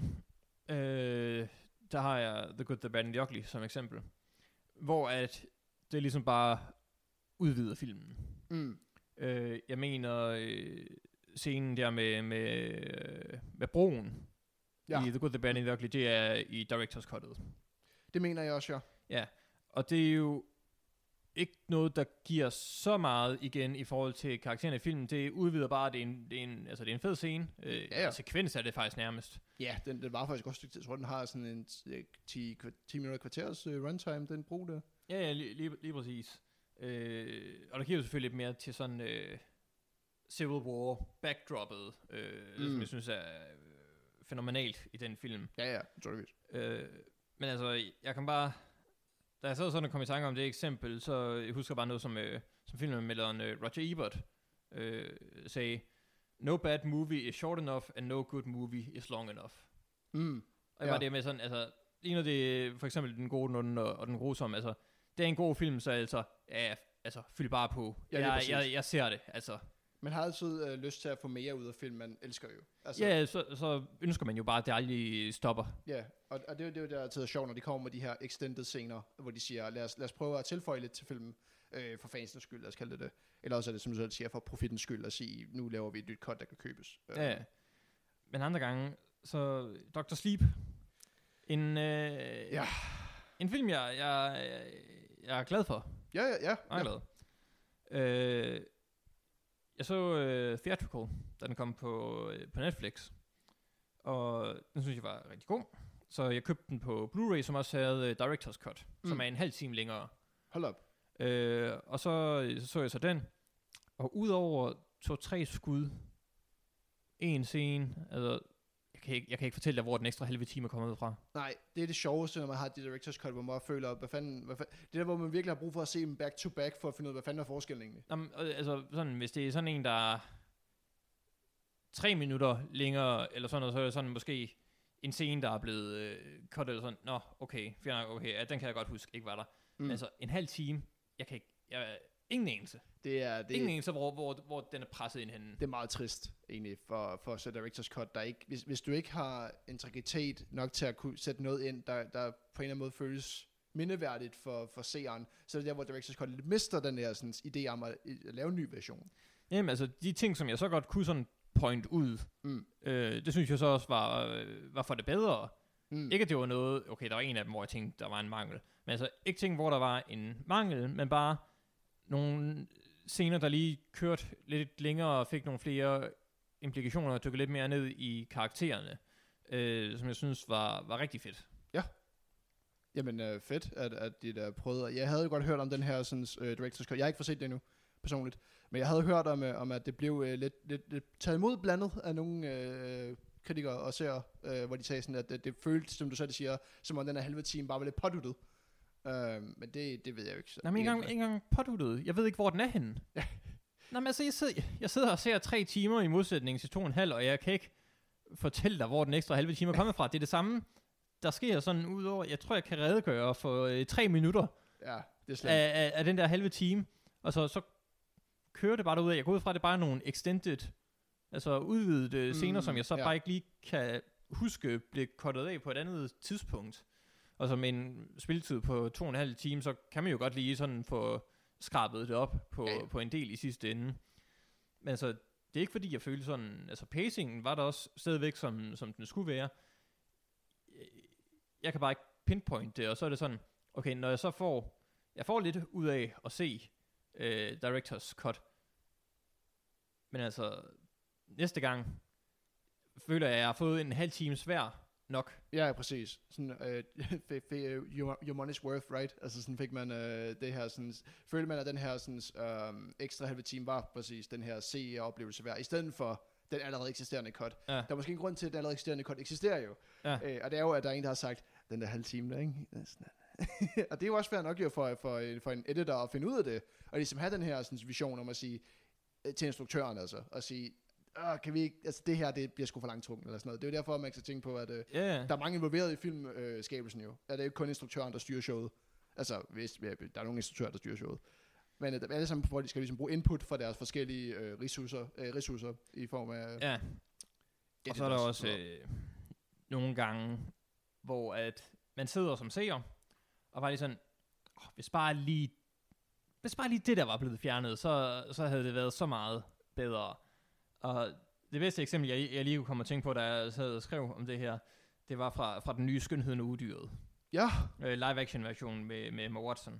øh, der har jeg The Good, The Bad and The Ugly som eksempel. Hvor at det ligesom bare udvider filmen. Mm. Øh, jeg mener øh, scenen der med med, øh, med broen ja. i The Good, The Bad and The Ugly, det er i director's cuttet. Det mener jeg også, ja. Ja, og det er jo ikke noget, der giver så meget igen i forhold til karakteren i filmen. Det udvider bare, det er en, det er en, altså det er en fed scene. Øh, ja, ja. En sekvens er det faktisk nærmest. Ja, den, den var faktisk også stykke tid. Jeg tror, den har sådan en ti minutter kvarters uh, runtime, den brug der. Ja, ja, lige, lige, lige præcis. Øh, og der giver jo selvfølgelig lidt mere til sådan øh, Civil War backdroppet, øh, mm. som jeg synes er øh, fænomenalt i den film. Ja, ja, naturligvis. Øh, men altså, jeg kan bare... Da jeg sad sådan og kom i tanke om det eksempel, så jeg husker bare noget, som, øh, som filmmelderen øh, Roger Ebert øh, sagde, no bad movie is short enough, and no good movie is long enough. Mm. Og ja. Var det med sådan, altså, en af det, for eksempel Den Gode, Den Onde og, og Den Grusomme, altså, det er en god film, så altså, ja, altså, fyld bare på. Ja, jeg, jeg, jeg ser det, altså. Man har altid øh, lyst til at få mere ud af film, man elsker jo. Altså, ja, så, så ønsker man jo bare, at det aldrig stopper. Ja, og, og det er jo det, der er altid sjovt, når de kommer med de her extended scener, hvor de siger, lad os, lad os prøve at tilføje lidt til filmen, øh, for fansens skyld, lad os kalde det det. Eller også er det, som du selv siger, for profitens skyld, at sige, nu laver vi et nyt cut, der kan købes. Ja, ja. Men andre gange, så doktor Sleep, en, øh, ja. en film, jeg, jeg, jeg er glad for. Ja, ja, ja. Jeg er glad. Øh, Jeg så uh, Theatrical, da den kom på, uh, på Netflix, og den synes jeg var rigtig god. Så jeg købte den på Blu-ray, som også havde uh, Director's Cut, mm. som er en halv time længere. Hold op. Uh, og så, så så jeg så den, og udover to-tre skud, en scene, altså, jeg kan, ikke, jeg kan ikke fortælle dig, hvor den ekstra halve time er kommet fra. Nej, det er det sjoveste, når man har de Director's Cut, hvor man føler, hvad fanden, hvad fanden, det er der, hvor man virkelig har brug for at se dem back to back, for at finde ud af, hvad fanden er forskellen egentlig. Jamen, altså, sådan, hvis det er sådan en, der tre minutter længere, eller sådan noget, så er det sådan måske en scene, der er blevet øh, cut, eller sådan, nå, okay, fair nok, okay, ja, den kan jeg godt huske, ikke var der. Mm. Altså, en halv time, jeg kan ikke, jeg, ingen enelse. Det er, det, ingen enelse, hvor, hvor, hvor den er presset ind henne. Det er meget trist, egentlig, for, for så Director's Cut. Der ikke, hvis, hvis du ikke har integritet nok til at kunne sætte noget ind, der, der på en eller anden måde føles mindeværdigt for, for seeren, så er det der, hvor Director's Cut lidt mister den der sådan, idé om at, at lave en ny version. Jamen, altså, de ting, som jeg så godt kunne sådan point ud, mm. øh, det synes jeg så også var, øh, var for det bedre. Mm. Ikke at det var noget, okay, der var en af dem, hvor jeg tænkte, der var en mangel. Men altså, ikke ting, hvor der var en mangel, men bare nogle scener, der lige kørte lidt længere og fik nogle flere implikationer og tykkede lidt mere ned i karaktererne, øh, som jeg synes var, var rigtig fedt. Ja. Jamen, øh, fedt, at, at de der prøvede. Jeg havde jo godt hørt om den her sådan, uh, Director's Cut. Jeg har ikke fået set det endnu, personligt. Men jeg havde hørt om, uh, om at det blev uh, lidt, lidt, lidt taget imod blandet af nogle uh, kritikere og seere, uh, hvor de sagde sådan, at det, det føltes, som du selv siger, som om den her halve time bare var lidt påduttet. Uh, men det, det ved jeg jo ikke. Så Nej, men ikke engang, ikke engang påduttet. Jeg ved ikke, hvor den er henne. Nej, men altså, jeg sidder, jeg sidder og ser tre timer i modsætning til to og en halv, og jeg kan ikke fortælle dig, hvor den ekstra halve time er kommet fra. Det er det samme, der sker sådan ud over, jeg tror, jeg kan redegøre for øh, tre minutter ja, det er slemt. af, af, af den der halve time. Og så, så kører det bare derud af. Jeg går ud fra, at det bare er nogle extended, altså udvidede mm, scener, som jeg så ja. bare ikke lige kan huske, blev cuttet af på et andet tidspunkt. Og så med en spilletid på to og en halv time, så kan man jo godt lige sådan få skrabet det op på, ja. på en del i sidste ende. Men altså, det er ikke fordi, jeg følte sådan, altså pacingen var der også stadigvæk, som, som den skulle være. Jeg kan bare ikke pinpoint det, og så er det sådan, okay, når jeg så får, jeg får lidt ud af at se øh, Director's Cut, men altså, næste gang føler jeg, at jeg har fået en halv time svær nok. Ja, præcis. Sådan, uh, your, your money's worth, right? Altså sådan fik man uh, det her, sådan, følte man, at den her sådan, um, ekstra halve time var præcis den her se-oplevelse værd, i stedet for den allerede eksisterende cut. Ja. Der er måske en grund til, at den allerede eksisterende cut eksisterer jo. Ja. Uh, og det er jo, at der er en, der har sagt, den der halve time der, ikke? Og det er jo også fair nok jo for, for, for en editor at finde ud af det, og ligesom have den her sådan, vision om at sige, til instruktøren altså, at sige, Øh, kan vi ikke, altså det her, det bliver sgu for langtrukken eller sådan noget. Det er jo derfor, man kan tænke på, at øh, yeah. der er mange involveret i filmskabelsen øh, jo. At det er jo ikke kun instruktøren, der styrer showet. Altså, hvis, ja, der er nogle instruktører, der styrer showet. Men øh, alle sammen, hvor de skal ligesom bruge input fra deres forskellige øh, ressourcer, øh, ressourcer i form af... Ja, og så er der også øh, nogle gange, hvor at man sidder som seer, og bare lige sådan, oh, hvis bare lige, hvis bare lige det der var blevet fjernet, så, så havde det været så meget bedre. Og det bedste eksempel, jeg, jeg lige kunne komme og tænke på, da jeg sad og skrev om det her, det var fra, fra den nye Skønheden og Udyret. Ja. Øh, live-action version med, med Emma Watson.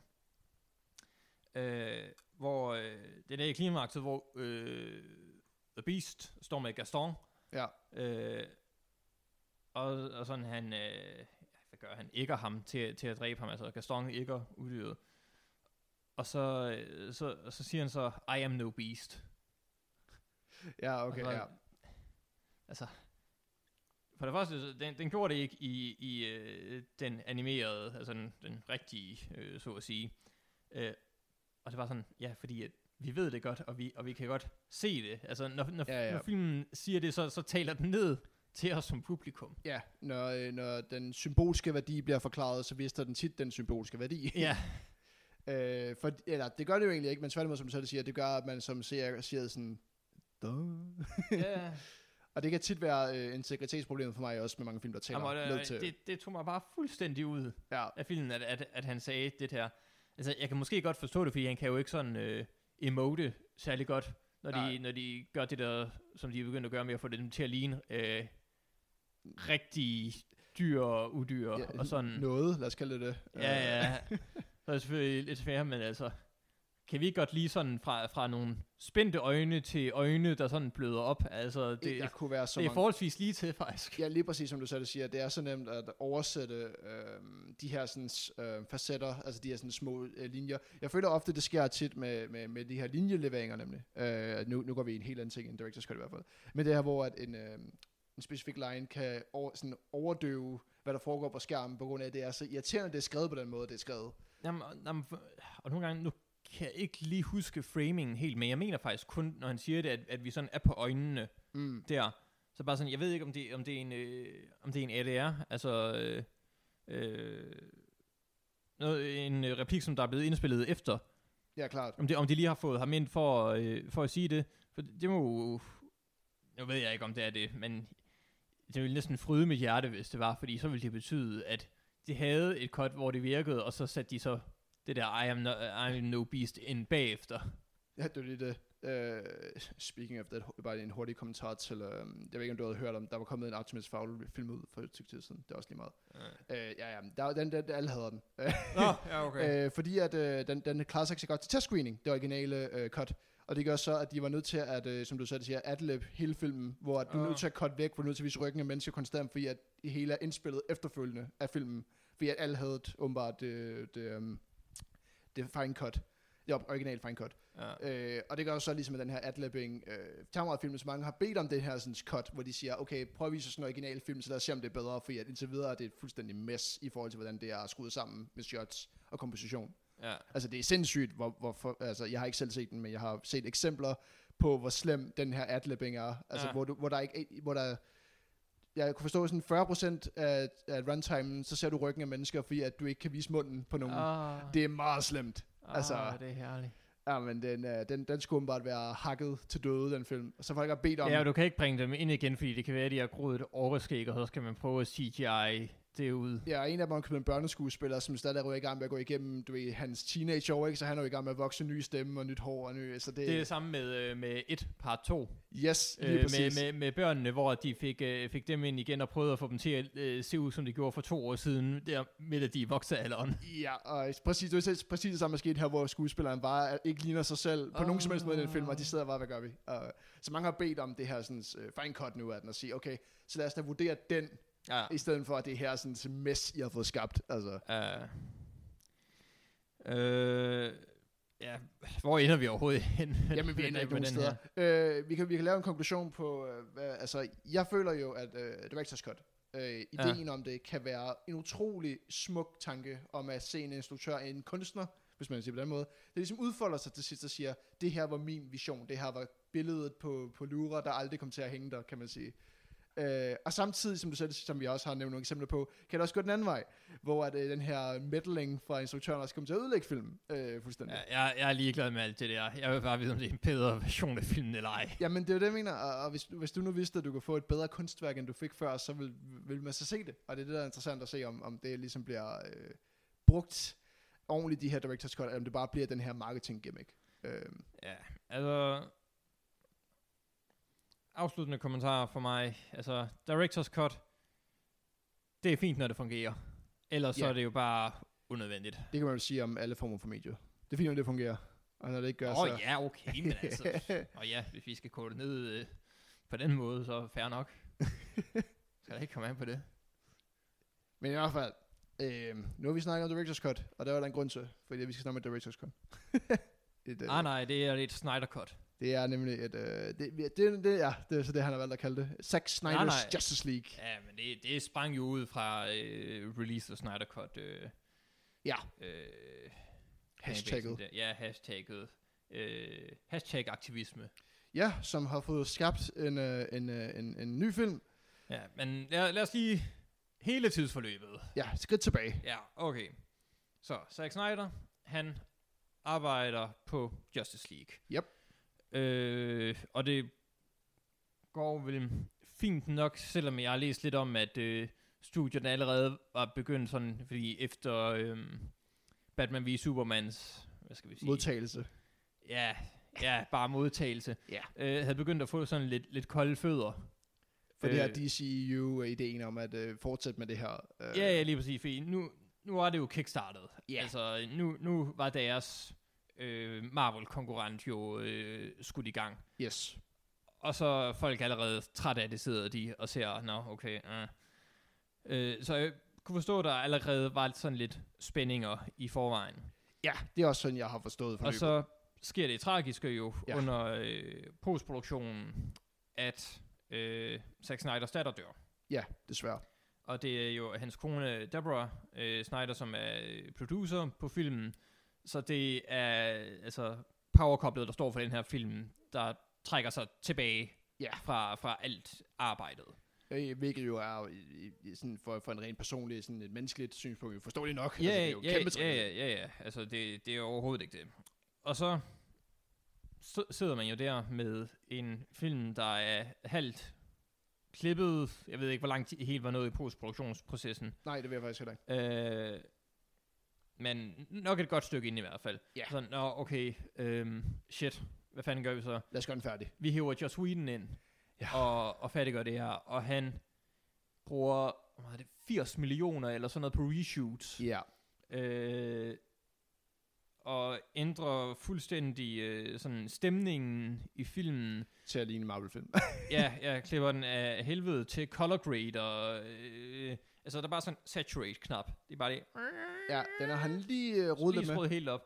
Øh, hvor øh, det er der i klimakset, hvor øh, The Beast står med Gaston. Ja. Øh, og, og sådan han, øh, hvad gør han, ægger ham til, til at dræbe ham. Altså Gaston ægger Udyret. Og så, øh, så, så siger han så, I am no beast. Ja, okay, altså, ja. Altså, for det første, den, den gjorde det ikke i, i øh, den animerede, altså den, den rigtige, øh, så at sige. Øh, og det var sådan, ja, fordi at vi ved det godt, og vi, og vi kan godt se det. Altså, når, når, ja, ja. når filmen siger det, så, så taler den ned til os som publikum. Ja, når, når den symbolske værdi bliver forklaret, så vister den tit den symbolske værdi. Ja. øh, for, eller, det gør det jo egentlig ikke, men tværtimod, som du selv siger, det gør, at man som ser siger sådan, yeah. Og det kan tit være øh, integritetsproblemet for mig også med mange film, der taler Jamen, ned til. Det, det tog mig bare fuldstændig ud ja. af filmen, at, at, at han sagde det her. Altså, jeg kan måske godt forstå det, fordi han kan jo ikke sådan øh, emote særlig godt, når de, når de gør det der, som de er begyndt at gøre med at få dem til at ligne øh, rigtig dyr og udyr ja, og sådan. Noget, lad os kalde det det. Ja, ja. Så er det selvfølgelig lidt svært, men altså, kan vi godt lige sådan fra, fra nogle spændte øjne til øjne, der sådan bløder op? Altså, det, det, kunne være så det er mange... forholdsvis lige til, faktisk. Ja, lige præcis som du selv siger, det er så nemt at oversætte øh, de her sådan, øh, facetter, altså de her sådan, små øh, linjer. Jeg føler ofte, det sker tit med, med, med de her linjeleveringer nemlig. Øh, nu, nu går vi i en helt anden ting, en Director's Cut i hvert fald. Men det her, hvor at en, øh, en specifik line kan over, sådan, overdøve, hvad der foregår på skærmen, på grund af, at det er så irriterende, det er skrevet på den måde, det er skrevet. Jamen, jamen, og nogle gange, nu kan ikke lige huske framingen helt, men jeg mener faktisk kun, når han siger det, at, at vi sådan er på øjnene mm. der. Så bare sådan, jeg ved ikke, om det, om det er en, øh, om det er en A D R, altså øh, øh, noget, en øh, replik, som der er blevet indspillet efter. Ja, klart. Om, det, om de lige har fået ham ind for, øh, for at sige det. For det må jeg ved jeg ikke, om det er det, men det ville næsten fryde mit hjerte, hvis det var, fordi så ville det betyde, at de havde et cut, hvor det virkede, og så satte de så det der I am no, I am no beast ind bagefter. Ja, det er lige det. Uh, speaking of that, bare en hurtig kommentar til, uh, jeg ved ikke, om du havde hørt om, der var kommet en Optimus Fowl film ud for et stykke tid siden. Det er også lige meget. Uh. Uh, ja, ja, der, den, den, alle hader den. Nå, ja, okay. uh, fordi at uh, den, den klarer sig ikke så godt til testscreening, det originale uh, cut. Og det gør så, at de var nødt til at, uh, som du selv siger, adlib hele filmen, hvor at du er nødt til at cut væk, hvor du er nødt til at vise ryggen af mennesker konstant, fordi at det hele er indspillet efterfølgende af filmen. Fordi at alle havde åbenbart det, det, um, det fine cut. Det er original fine cut. Ja. Øh, og det gør så ligesom med den her adlibbing øh, Tamara-film, som mange har bedt om den her sådan, cut, hvor de siger, okay, prøv at vise os en original film, så lad os se, om det er bedre, fordi at indtil videre er det et fuldstændig mess i forhold til, hvordan det er skruet sammen med shots og komposition. Ja. Altså det er sindssygt, hvor, hvor for, altså jeg har ikke selv set den, men jeg har set eksempler på, hvor slem den her adlibbing er. Altså ja. hvor, du, hvor der ikke, hvor der jeg kunne forstå sådan fyrre procent af, af runtimen, så ser du ryggen af mennesker, fordi at du ikke kan vise munden på nogen. Oh. Det er meget slemt. Oh, altså, det er herligt. Ja, men den, uh, den, den skulle bare være hakket til døde, den film. Og så folk har bedt om... Ja, og du kan ikke bringe dem ind igen, fordi det kan være, at de har groet et overskæg, og så skal man prøve at C G I det ud. Ja, og en af dem er en børneskuespiller, som stadig er i gang med at gå igennem, du ved, hans teenageår, ikke? Så han er jo i gang med at vokse ny stemme og nyt hår og ny... Så det, det er det samme med, med et part to. Yes, lige øh, præcis. Med, med, med børnene, hvor de fik, øh, fik dem ind igen og prøvede at få dem til at øh, se ud, som de gjorde for to år siden, der med at de vokser alderen. Ja, og præcis, det er præcis det samme, der skete her, hvor skuespilleren bare ikke ligner sig selv på oh. nogen som helst måde i den film, og de sidder bare, hvad gør vi? Uh, så mange har bedt om det her sådan, uh, fine cut nu af den, og sige, okay, så lad os da vurdere den, ja. I stedet for at det her sådan mess, I har fået skabt. Altså. Uh. Uh. Ja, hvor ender vi overhovedet hen? Jamen, vi ender ikke nogen steder. Øh, vi, kan, vi kan lave en konklusion på, øh, hvad, altså, jeg føler jo, at øh, Director's Cut, øh, ideen ja. om det, kan være en utrolig smuk tanke om at se en instruktør, en kunstner, hvis man siger på den måde, det ligesom udfolder sig til sidst og siger, det her var min vision, det her var billedet på, på Louvre, der aldrig kom til at hænge der, kan man sige. Uh, og samtidig, som du selv, som vi også har nævnt nogle eksempler på, kan det også gå den anden vej, hvor at, uh, den her meddling fra instruktøren også kommer til at ødelægge filmen uh, fuldstændig. Ja, jeg, jeg er ligeglad med alt det der. Jeg vil bare vide, om det er en bedre version af filmen eller ej. Jamen, det er jo det, jeg mener. Og, og hvis, hvis du nu vidste, at du kunne få et bedre kunstværk, end du fik før, så vil, vil man så se det. Og det er det, der er interessant at se, om, om det ligesom bliver uh, brugt ordentligt, de her Director's Cut, eller om det bare bliver den her marketing-gimmick. Uh. Ja, altså... Afsluttende kommentar for mig. Altså, Director's Cut, det er fint, når det fungerer. Ellers yeah. så er det jo bare unødvendigt. Det kan man jo sige om alle former for medier. Det er fint, når det fungerer. Og når det ikke gør, Åh, så... ja, okay, men altså... og ja, hvis vi skal kode det ned øh, på den måde, så fair nok. Skal der ikke komme an på det. Men i hvert fald, øh, nu har vi snakket om Director's Cut, og der var der en grund til, fordi vi skal snakke med Director's Cut. et, øh, ah nej, det er et Snyder Cut. Det er nemlig et, øh, det, det, det, ja, det er så det, han har valgt at kalde det. Zack Snyder's nej, nej. Justice League. Ja, men det, det sprang jo ud fra øh, release of Snyder Cut. Øh, ja. Øh, hashtagget. Ja, hashtagget. Øh, hashtag aktivisme. Ja, som har fået skabt en, øh, en, øh, en, en ny film. Ja, men lad, lad os lige hele tidsforløbet. Ja, skridt tilbage. Ja, okay. Så, Zack Snyder, han arbejder på Justice League. Yep. Øh, og det går vel fint nok, selvom jeg har læst lidt om, at øh, studierne allerede var begyndt sådan, fordi efter øh, Batman v Supermans, hvad skal vi sige? Modtagelse. Ja, ja, bare modtagelse. Yeah. Øh, havde begyndt at få sådan lidt, lidt kolde fødder. For øh, det her D C U-ideen om at øh, fortsætte med det her. Øh. Ja, ja, lige præcis, fordi nu, nu er det jo kickstartet. Yeah. Altså, nu, nu var deres... Øh, Marvel-konkurrent jo øh, skudt i gang. Yes. Og så er folk allerede træt af det, sidder de og ser, nå, okay. Uh. Øh, så jeg kunne forstå, at der allerede var sådan lidt spændinger i forvejen. Ja, det er også sådan, jeg har forstået forløbet. Og så sker det tragiske jo ja. under øh, postproduktionen, at øh, Zack Snyders datter dør. Ja, desværre. Og det er jo hans kone Deborah øh, Snyder, som er producer på filmen, så det er altså powerkoblet, der står for den her film, der trækker sig tilbage Ja. fra, fra alt arbejdet. Øh, Hvilket jo er i, i, sådan for, for en rent personlig, sådan et menneskeligt synspunkt, jo forståeligt nok. Ja, altså, det er jo ja, kæmpe ja, ja, ja, ja, altså det, det er overhovedet ikke det. Og så s- sidder man jo der med en film, der er halvt klippet. Jeg ved ikke, hvor lang tid helt var nået i postproduktionsprocessen. Nej, det vil jeg faktisk heller ikke. Øh, men nok et godt stykke ind i hvert fald. Ja. Så, nå, okay, øhm, shit, hvad fanden gør vi så? Lad os gøre den færdig. Vi hiver Joss Whedon ind, Ja. og, og færdiggør det her, og han bruger hvad er det, firs millioner eller sådan noget på reshoots. Ja. Øh, og ændrer fuldstændig øh, sådan stemningen i filmen. Til at ligne en Marvel-film. Ja, jeg klipper den af helvede til color grade, og øh, altså der er bare sådan en saturate-knap. Det er bare det. Ja, den har han lige uh, rodet lidt Lige med. skruet helt op.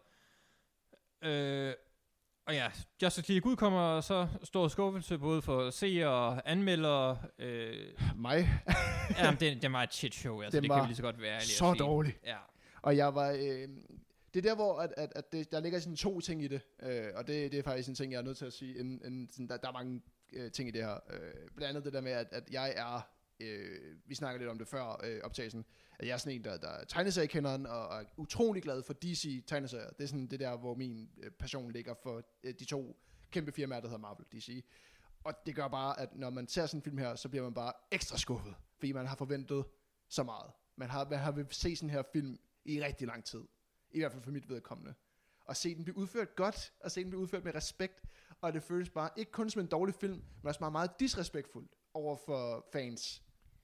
Øh, og ja, Justice League udkommer, og så stor skuffelse både for seere og anmeldere. Øh, Mig. jamen, det, det var et shit show, altså, Den det var kan vi lige så godt være ærlige at så sige. dårlig. Ja. Og jeg var... Øh, det er der, hvor at, at, at det, der ligger sådan to ting i det. Øh, og det, det er faktisk en ting, jeg er nødt til at sige. Inden, inden, sådan, der, der er mange øh, ting i det her. Øh, blandt andet det der med, at, at jeg er... Øh, vi snakker lidt om det før øh, optagelsen. At jeg er sådan en, der, der er tegneseriekenderen og, og er utrolig glad for D C tegneserier. Det er sådan det der, hvor min øh, passion ligger for øh, de to kæmpe firmaer, der hedder Marvel D C. Og det gør bare, at når man ser sådan en film her, så bliver man bare ekstra skuffet. Fordi man har forventet så meget. Man har, man har vil se sådan her film i rigtig lang tid. I hvert fald for mit vedkommende. Og se den blive udført godt, og se den blive udført med respekt. Og det føles bare ikke kun som en dårlig film, men også meget, meget disrespektfuldt over for fans.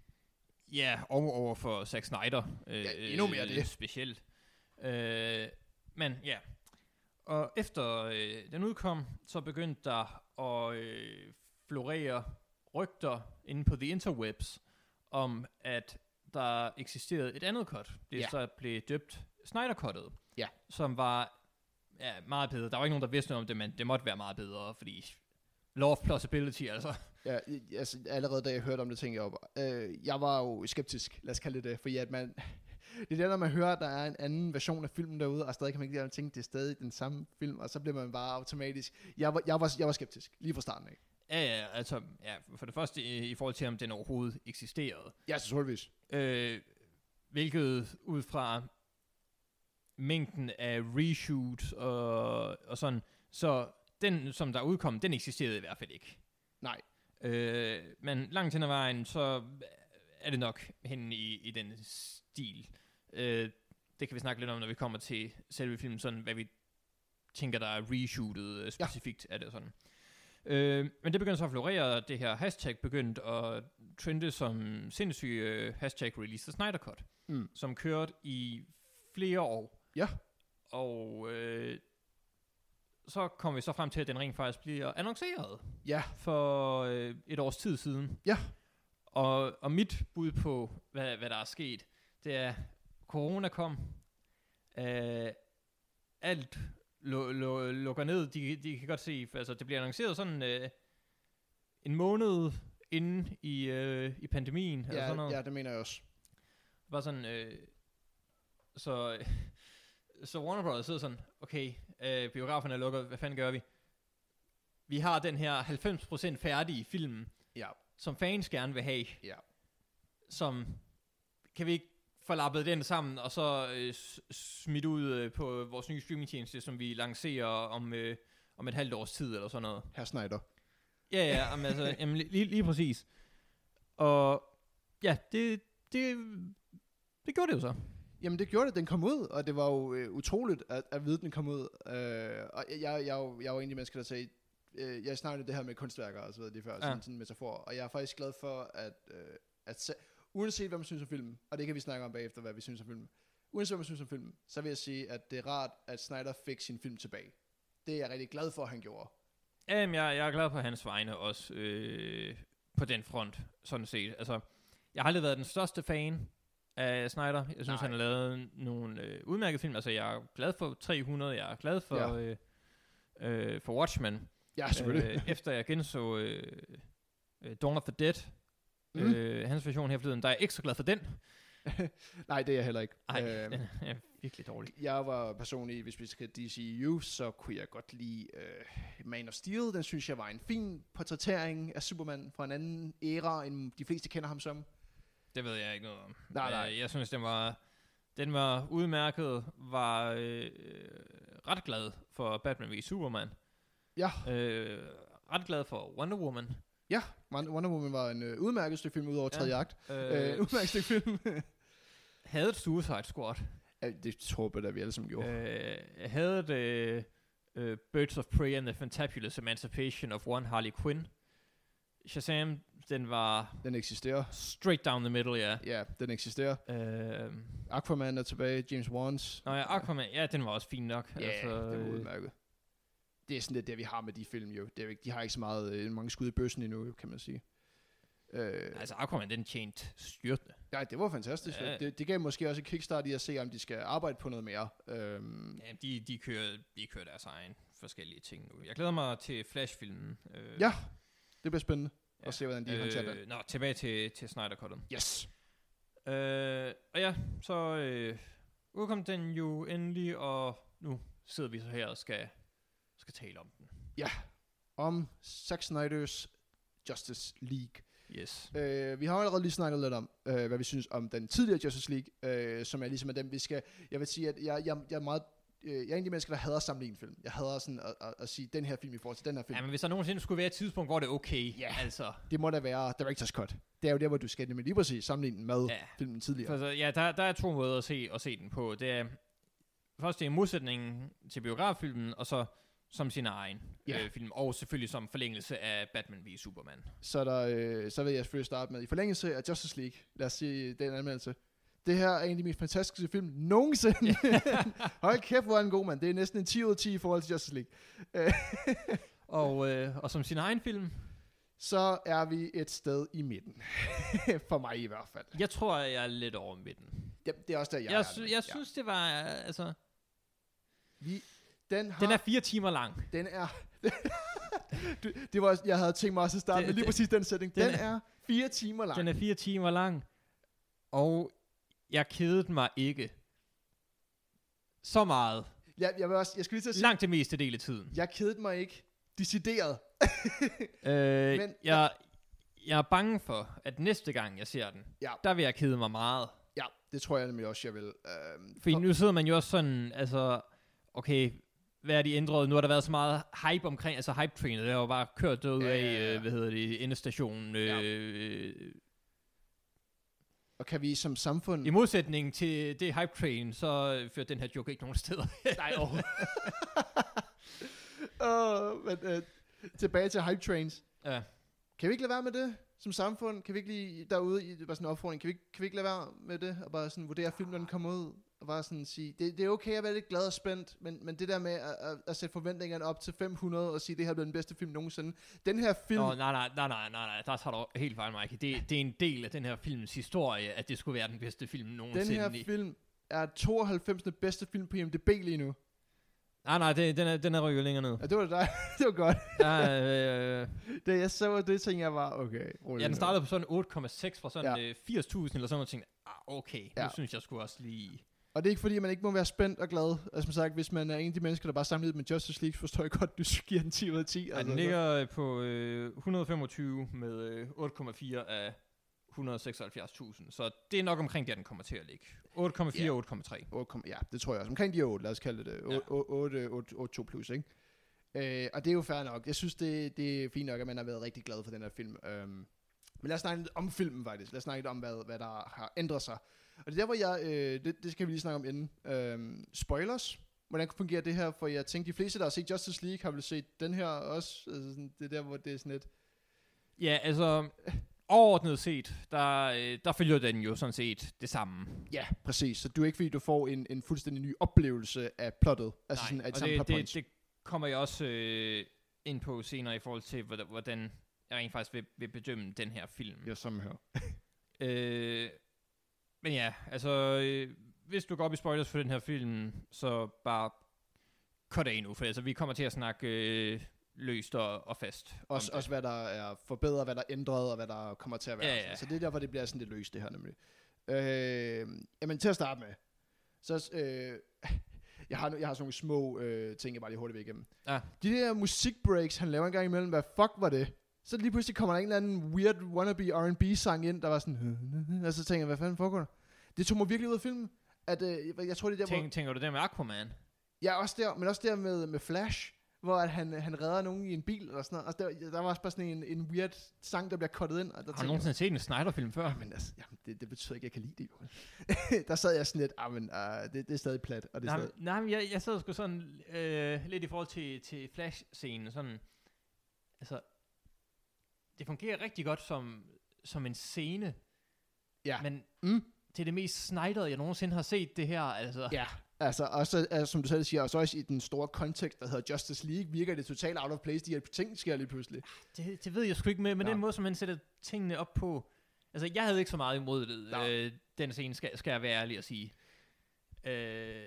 Ja, og over for Zack Snyder. Øh, Ja, endnu mere det. Specielt. Øh, men ja. Og efter øh, den udkom, så begyndte der at øh, florere rygter inde på the interwebs, om at der eksisterede et andet cut. Det Ja. så blev døbt Snyder-cuttet. Ja. Som var ja, meget bedre. Der var ikke nogen, der vidste noget om det, men det måtte være meget bedre, fordi law of plausibility, altså. Ja, altså allerede da jeg hørte om det, tænkte jeg op. Øh, jeg var jo skeptisk, lad os kalde det det, fordi at man... Det er der, når man hører, at der er en anden version af filmen derude, og stadig kan man ikke tænke, at det er stadig den samme film, og så bliver man bare automatisk... Jeg var, jeg var, jeg var skeptisk, lige fra starten af. Ja, ja, altså, ja, for det første i, i forhold til, om den overhovedet eksisterede. Ja, selvfølgelig. Øh, hvilket ud fra mængden af reshoot og, og sådan, så den, som der udkom, den eksisterede i hvert fald ikke. Nej. Øh, men langt hen ad vejen, så er det nok hen i, i den stil. Øh, det kan vi snakke lidt om, når vi kommer til selve filmen, sådan hvad vi tænker, der er reshootet øh, specifikt ja. af det sådan. Øh, men det begyndte så at florere, det her hashtag begyndte at trende som sindssyg øh, hashtag release the Snyder Cut, Mm. som kørte i flere år. Ja. Og øh, så kom vi så frem til, at den rent faktisk bliver annonceret Ja. for øh, et års tid siden. Ja. Og, og mit bud på, hvad, hvad der er sket, det er, corona kom, øh, alt lu- lu- lukker ned, de, de kan godt se, altså det bliver annonceret sådan øh, en måned inden i, øh, i pandemien, eller sådan Ja, noget. ja, det mener jeg også. Bare sådan, øh, så, så Warner Brothers sidder sådan, okay, øh, biograferne er lukket, hvad fanden gør vi? Vi har den her halvfems procent færdige film, Ja. som fans gerne vil have, Ja. som, kan vi ikke få lappet den sammen, og så øh, s- smidt ud øh, på vores nye streamingtjeneste, som vi lancerer om, øh, om et halvt års tid, eller sådan noget. Herr Snyder. Ja, ja, jamen, altså, jamen, lige, lige præcis. Og ja, det, det, det gjorde det jo så. Jamen det gjorde det, den kom ud, og det var jo øh, utroligt at, at vide, den kom ud. Øh, og jeg, jeg, jeg, er jo- jeg er jo en af de mennesker, der sagde, øh, jeg snakkede det her med kunstværker og så videre lige før, ja. sådan, sådan en metafor, og jeg er faktisk glad for, at, øh, at se, uanset hvad man synes om filmen, og det kan vi snakke om bagefter, hvad vi synes om filmen, uanset hvad man synes om filmen, så vil jeg sige, at det er rart, at Snyder fik sin film tilbage. Det er jeg rigtig glad for, at han gjorde. Jamen, jeg, jeg er glad på hans vegne også, øh, på den front, sådan set. Altså, jeg har aldrig været den største fan af Snyder. Jeg synes, Nej. han har lavet nogle øh, udmærkede film. Altså, jeg er glad for tre hundrede, jeg er glad for, Ja. øh, øh, for Watchmen. Ja, selvfølgelig. Øh, efter jeg genså øh, øh, Dawn of the Dead, Mm. øh, hans version her forleden, der er jeg ikke så glad for den. Nej, det er jeg heller ikke. Ej, Øh, den er virkelig dårlig. Jeg var personligt, hvis vi skal D C U, så kunne jeg godt lide uh, Man of Steel. Den synes jeg var en fin portrættering af Superman fra en anden æra, end de fleste kender ham som. Det ved jeg ikke noget om. Nej, nej. Jeg synes, den var, den var udmærket, var øh, ret glad for Batman v Superman. Ja. Øh, ret glad for Wonder Woman. Ja, Wonder Woman var en øh, udmærket stykke film ud over tredje ja. akt. Øh, øh, udmærket stykke film. Havde Suicide Squad. Ja, det tror jeg, at vi alle sammen gjorde. Øh, havde det uh, Birds of Prey and the Fantabulous Emancipation of One Harley Quinn. Shazam, den var... Den eksisterer. Straight down the middle, ja. Ja, den eksisterer. Øh, Aquaman er tilbage, James Wan's. Nå ja, Aquaman, ja, den var også fin nok. Ja, altså, det var udmærket. Det er sådan lidt det, vi har med de film, jo. Det er jo ikke, de har ikke så meget, øh, mange skud i bøssen endnu, kan man sige. Øh, altså, Aquaman, den tjente styrtende. Ja, det var fantastisk. Ja. Det, det gav måske også et kickstart i at se, om de skal arbejde på noget mere. Øhm. Ja, de, de, kører, de kører deres egen forskellige ting nu. Jeg glæder mig til Flash-filmen. Øh, ja, det bliver spændende ja. at se, hvordan de øh, håndterer den. Nå, tilbage til, til Snyder-cuttet. Yes. Øh, og ja, så øh, udkom den jo endelig, og nu sidder vi så her og skal, skal tale om den. Ja, om Zack Snyders Justice League. Yes. Øh, vi har allerede lige snakket lidt om, øh, hvad vi synes om den tidligere Justice League, øh, som er ligesom af dem, vi skal... Jeg vil sige, at jeg, jeg, jeg er meget... Øh, jeg er en af de mennesker, der hader at sammenligne film. Jeg hader sådan at, at, at sige, den her film i forhold til den her film. Ja, men hvis der nogensinde skulle være et tidspunkt, hvor det er okay, ja, altså... det må da være Director's Cut. Det er jo der, hvor du skal nemlig lige præcis sammenligne den med ja. filmen tidligere. For så, ja, der, der er to måder at se, at se den på. Det er... Først det er modsætningen til biograffilmen, og så... som sin egen yeah. øh, film, og selvfølgelig som forlængelse af Batman v Superman. Så, der, øh, så vil jeg selvfølgelig starte med, i forlængelse af Justice League, lad os sige den anmeldelse. Det her er en af de mest fantastiske film nogensinde. Hold kæft, hvor er den god, mand. Det er næsten en ti ud af ti i forhold til Justice League. og, øh, og som sin egen film? Så er vi et sted i midten. For mig i hvert fald. Jeg tror, jeg er lidt over midten. Ja, det er også der, jeg, jeg er. Sy- jeg ja. synes, det var, altså... Vi... Den, har, den er fire timer lang. Den er... du, det var, jeg havde tænkt mig også at starte det, med lige det, præcis den sætning. Den, den er, er fire timer lang. Den er fire timer lang. Og jeg kedede mig ikke så meget. Ja, jeg vil også... Jeg skulle lige til at sige... Langt det meste del af tiden. Jeg kedede mig ikke decideret. øh, Men, jeg, jeg er bange for, at næste gang jeg ser den, ja. der vil jeg kede mig meget. Ja, det tror jeg nemlig også, jeg vil. Øhm, Fordi for... nu sidder man jo også sådan, altså... Okay... Hvad er de ændret? Nu har der været så meget hype omkring, altså hype-trainet, der har jo bare kørt død ja, af, ja, ja. Øh, hvad hedder det, endestationen. Øh, ja. øh, og kan vi som samfund... I modsætning til det hype-train, så fører den her joke ikke nogen steder. Nej, overhovedet. uh, men, uh, tilbage til hype-trains. Ja. Kan vi ikke lade være med det som samfund? Kan vi ikke lige derude, i, det var sådan en opfordring, kan vi, kan vi ikke lade være med det, og bare sådan vurdere filmen, når den kommer ud? Og bare sådan sige, det, det er okay at være lidt glad og spændt, men, men det der med at, at, at sætte forventningerne op til fem hundrede og sige, det her bliver den bedste film nogensinde. Den her film... Nå, nej, nej, nej, nej, nej, der tager du helt fejl, Mike. Det, det er en del af den her films historie, at det skulle være den bedste film nogensinde. Den her i. film er tooghalvfems bedste film på I M D B lige nu. Nej, nej, det, den, er, den er rykket længere ned. Ja, det var det dig. Det var godt. Ja, øh, øh. Det jeg så, det tænkte jeg var, okay. Ja, den startede på sådan otte komma seks fra sådan ja. firs tusind eller sådan noget, og tænkte, ah, okay, ja. Nu synes jeg sgu også lige... Og det er ikke fordi, man ikke må være spændt og glad. Altså som sagt, hvis man er en af de mennesker, der bare sammenlignet med Justice League, forstår jeg godt, du giver den ti ud af ti. Ja, altså, den ligger på øh, et hundrede og femogtyve med øh, otte komma fire af et hundrede og seksoghalvfjerds tusind. Så det er nok omkring der, den kommer til at ligge. otte komma fire og otte komma tre. Ja, det tror jeg også. Omkring de otte, lad os kalde det det. otte komma to plus, ikke? Øh, og det er jo fair nok. Jeg synes, det, det er fint nok, at man har været rigtig glad for den her film. Um, men lad os snakke lidt om filmen, faktisk. Lad os snakke lidt om, hvad, hvad der har ændret sig. Og det er der, hvor jeg... Øh, det, det skal vi lige snakke om inden. Um, spoilers. Hvordan fungerer det her? For jeg tænker, de fleste, der har set Justice League, har vel set den her også. Altså, sådan, det er der, hvor det er sådan lidt... Ja, altså... Overordnet set, der, der følger den jo sådan set det samme. Ja, præcis. Så du er ikke fordi, du får en, en fuldstændig ny oplevelse af plottet. Altså nej, sådan, at og det, det, det kommer jeg også øh, ind på senere i forhold til, hvordan jeg rent faktisk vil, vil bedømme den her film. Ja, som her. øh, men ja, altså, øh, hvis du går op i spoilers for den her film, så bare cut af nu, for altså, vi kommer til at snakke... Øh, løst og, og fast. Også, også hvad der er forbedret, hvad der er ændret, og hvad der kommer til at være. Ja, ja. Så det er derfor, det bliver sådan lidt løst, det her nemlig. Øh, jamen, til at starte med. Så, øh, jeg, har, jeg har sådan nogle små øh, ting, jeg bare lige hurtigt vil igennem. Ja. De der musikbreaks, han laver en gang imellem, hvad fuck var det? Så lige pludselig kommer der en eller anden weird wannabe R and B-sang ind, der var sådan, og så tænker jeg, hvad fanden foregår der? Det tog mig virkelig ud af filmen. At, øh, jeg tror, det er der, Tænk, hvor... Tænker du der med Aquaman? Ja, også der, men også der med, med Flash, hvor at han, han redder nogen i en bil, eller sådan noget. Altså, der, der var også bare sådan en, en weird sang, der bliver cuttet ind. Og der har du nogensinde set en Snyder-film før? Jamen, altså, jamen det, det betyder ikke, at jeg kan lide det, jo. Der sad jeg sådan lidt, ah, men, uh, det, det er stadig plat. Og det er nej, stadig... nej, men jeg, jeg sad sgu sådan øh, lidt i forhold til, til Flash-scenen, sådan, altså, det fungerer rigtig godt som, som en scene, Ja. men Mm. det er det mest Snyder, jeg nogensinde har set det her, altså. Ja, altså, også, altså, som du selv siger, også, også i den store kontekst, der hedder Justice League, virker det totalt out of place, de her ting sker lige pludselig. Det, det ved jeg sgu ikke med, men ja. den måde, som han sætter tingene op på, altså, jeg havde ikke så meget imod det, øh, den scene, skal, skal jeg være ærlig at sige. Øh,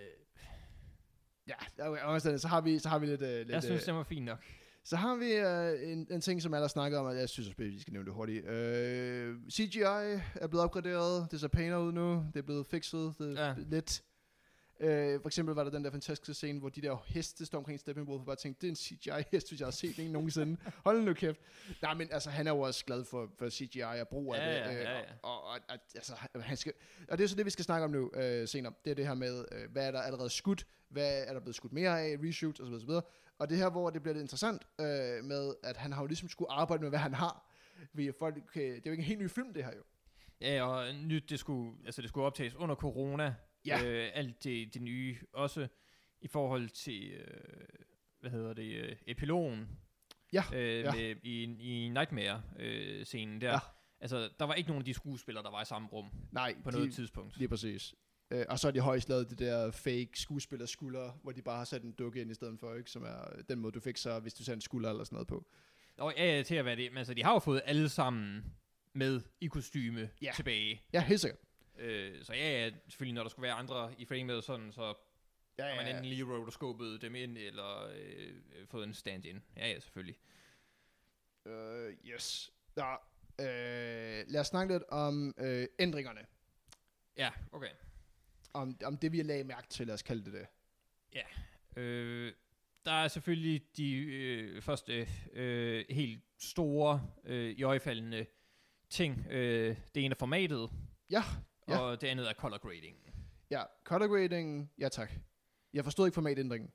ja, så har vi, så har vi lidt... Uh, lidt jeg synes, uh, det var fint nok. Så har vi uh, en, en ting, som alle har snakket om, og jeg synes også, vi skal nævne det hurtigt. Uh, C G I er blevet opgraderet, det ser pænere ud nu, det er blevet fikset, det er Ja. lidt... Uh, for eksempel var der den der fantastiske scene, hvor de der heste står omkring Steppenwolf og bare tænkte, det er en C G I-hest, hvis jeg har set den nogensinde. Hold nu kæft. Nej, men altså, han er jo også glad for, for C G I og brug af Ja, det. ja, øh, ja, ja. Og, og, og, altså, han skal, og det er så det, vi skal snakke om nu øh, senere. Det er det her med, øh, hvad er der allerede skudt, hvad er der blevet skudt mere af, reshoot osv. osv. Og det her, hvor det bliver lidt interessant øh, med, at han har jo ligesom skulle arbejde med, hvad han har. Vi, folk, okay, det er jo ikke en helt ny film, det her jo. Ja, og nyt, det skulle, altså det skulle optages under corona. Ja. Øh, alt det, det nye, også i forhold til, øh, hvad hedder det, øh, epilogen. Ja, øh, ja. Med, i, i Nightmare-scenen der. Ja. Altså, der var ikke nogen af de skuespillere, der var i samme rum. Nej, på de, noget tidspunkt. Lige præcis. Øh, og så har de højst lavet det der fake skuespillerskulder, hvor de bare har sat en dukke ind i stedet for, ikke? Som er den måde, du fik så, hvis du satte en skulder eller sådan noget på. Og ja, ja, til at være det. Men altså, de har jo fået alle sammen med i kostyme Ja. tilbage. Ja, helt sikkert. Øh, så ja, ja, selvfølgelig, når der skulle være andre i framet, sådan, så Ja, har man ja, ja. enten lige rotoscopet dem ind, eller øh, fået en stand-in. Ja, ja, selvfølgelig. Uh, yes. Ja, øh, lad os snakke lidt om øh, ændringerne. Ja, okay. Om, om det, vi har lagt mærke til, lad os kalde det det. Ja. Øh, der er selvfølgelig de øh, første øh, helt store, øh, iøjefaldende ting. Øh, det ene er formatet, Ja, ja. og det andet er color grading. Ja, color grading, ja tak. Jeg forstod ikke formatændringen.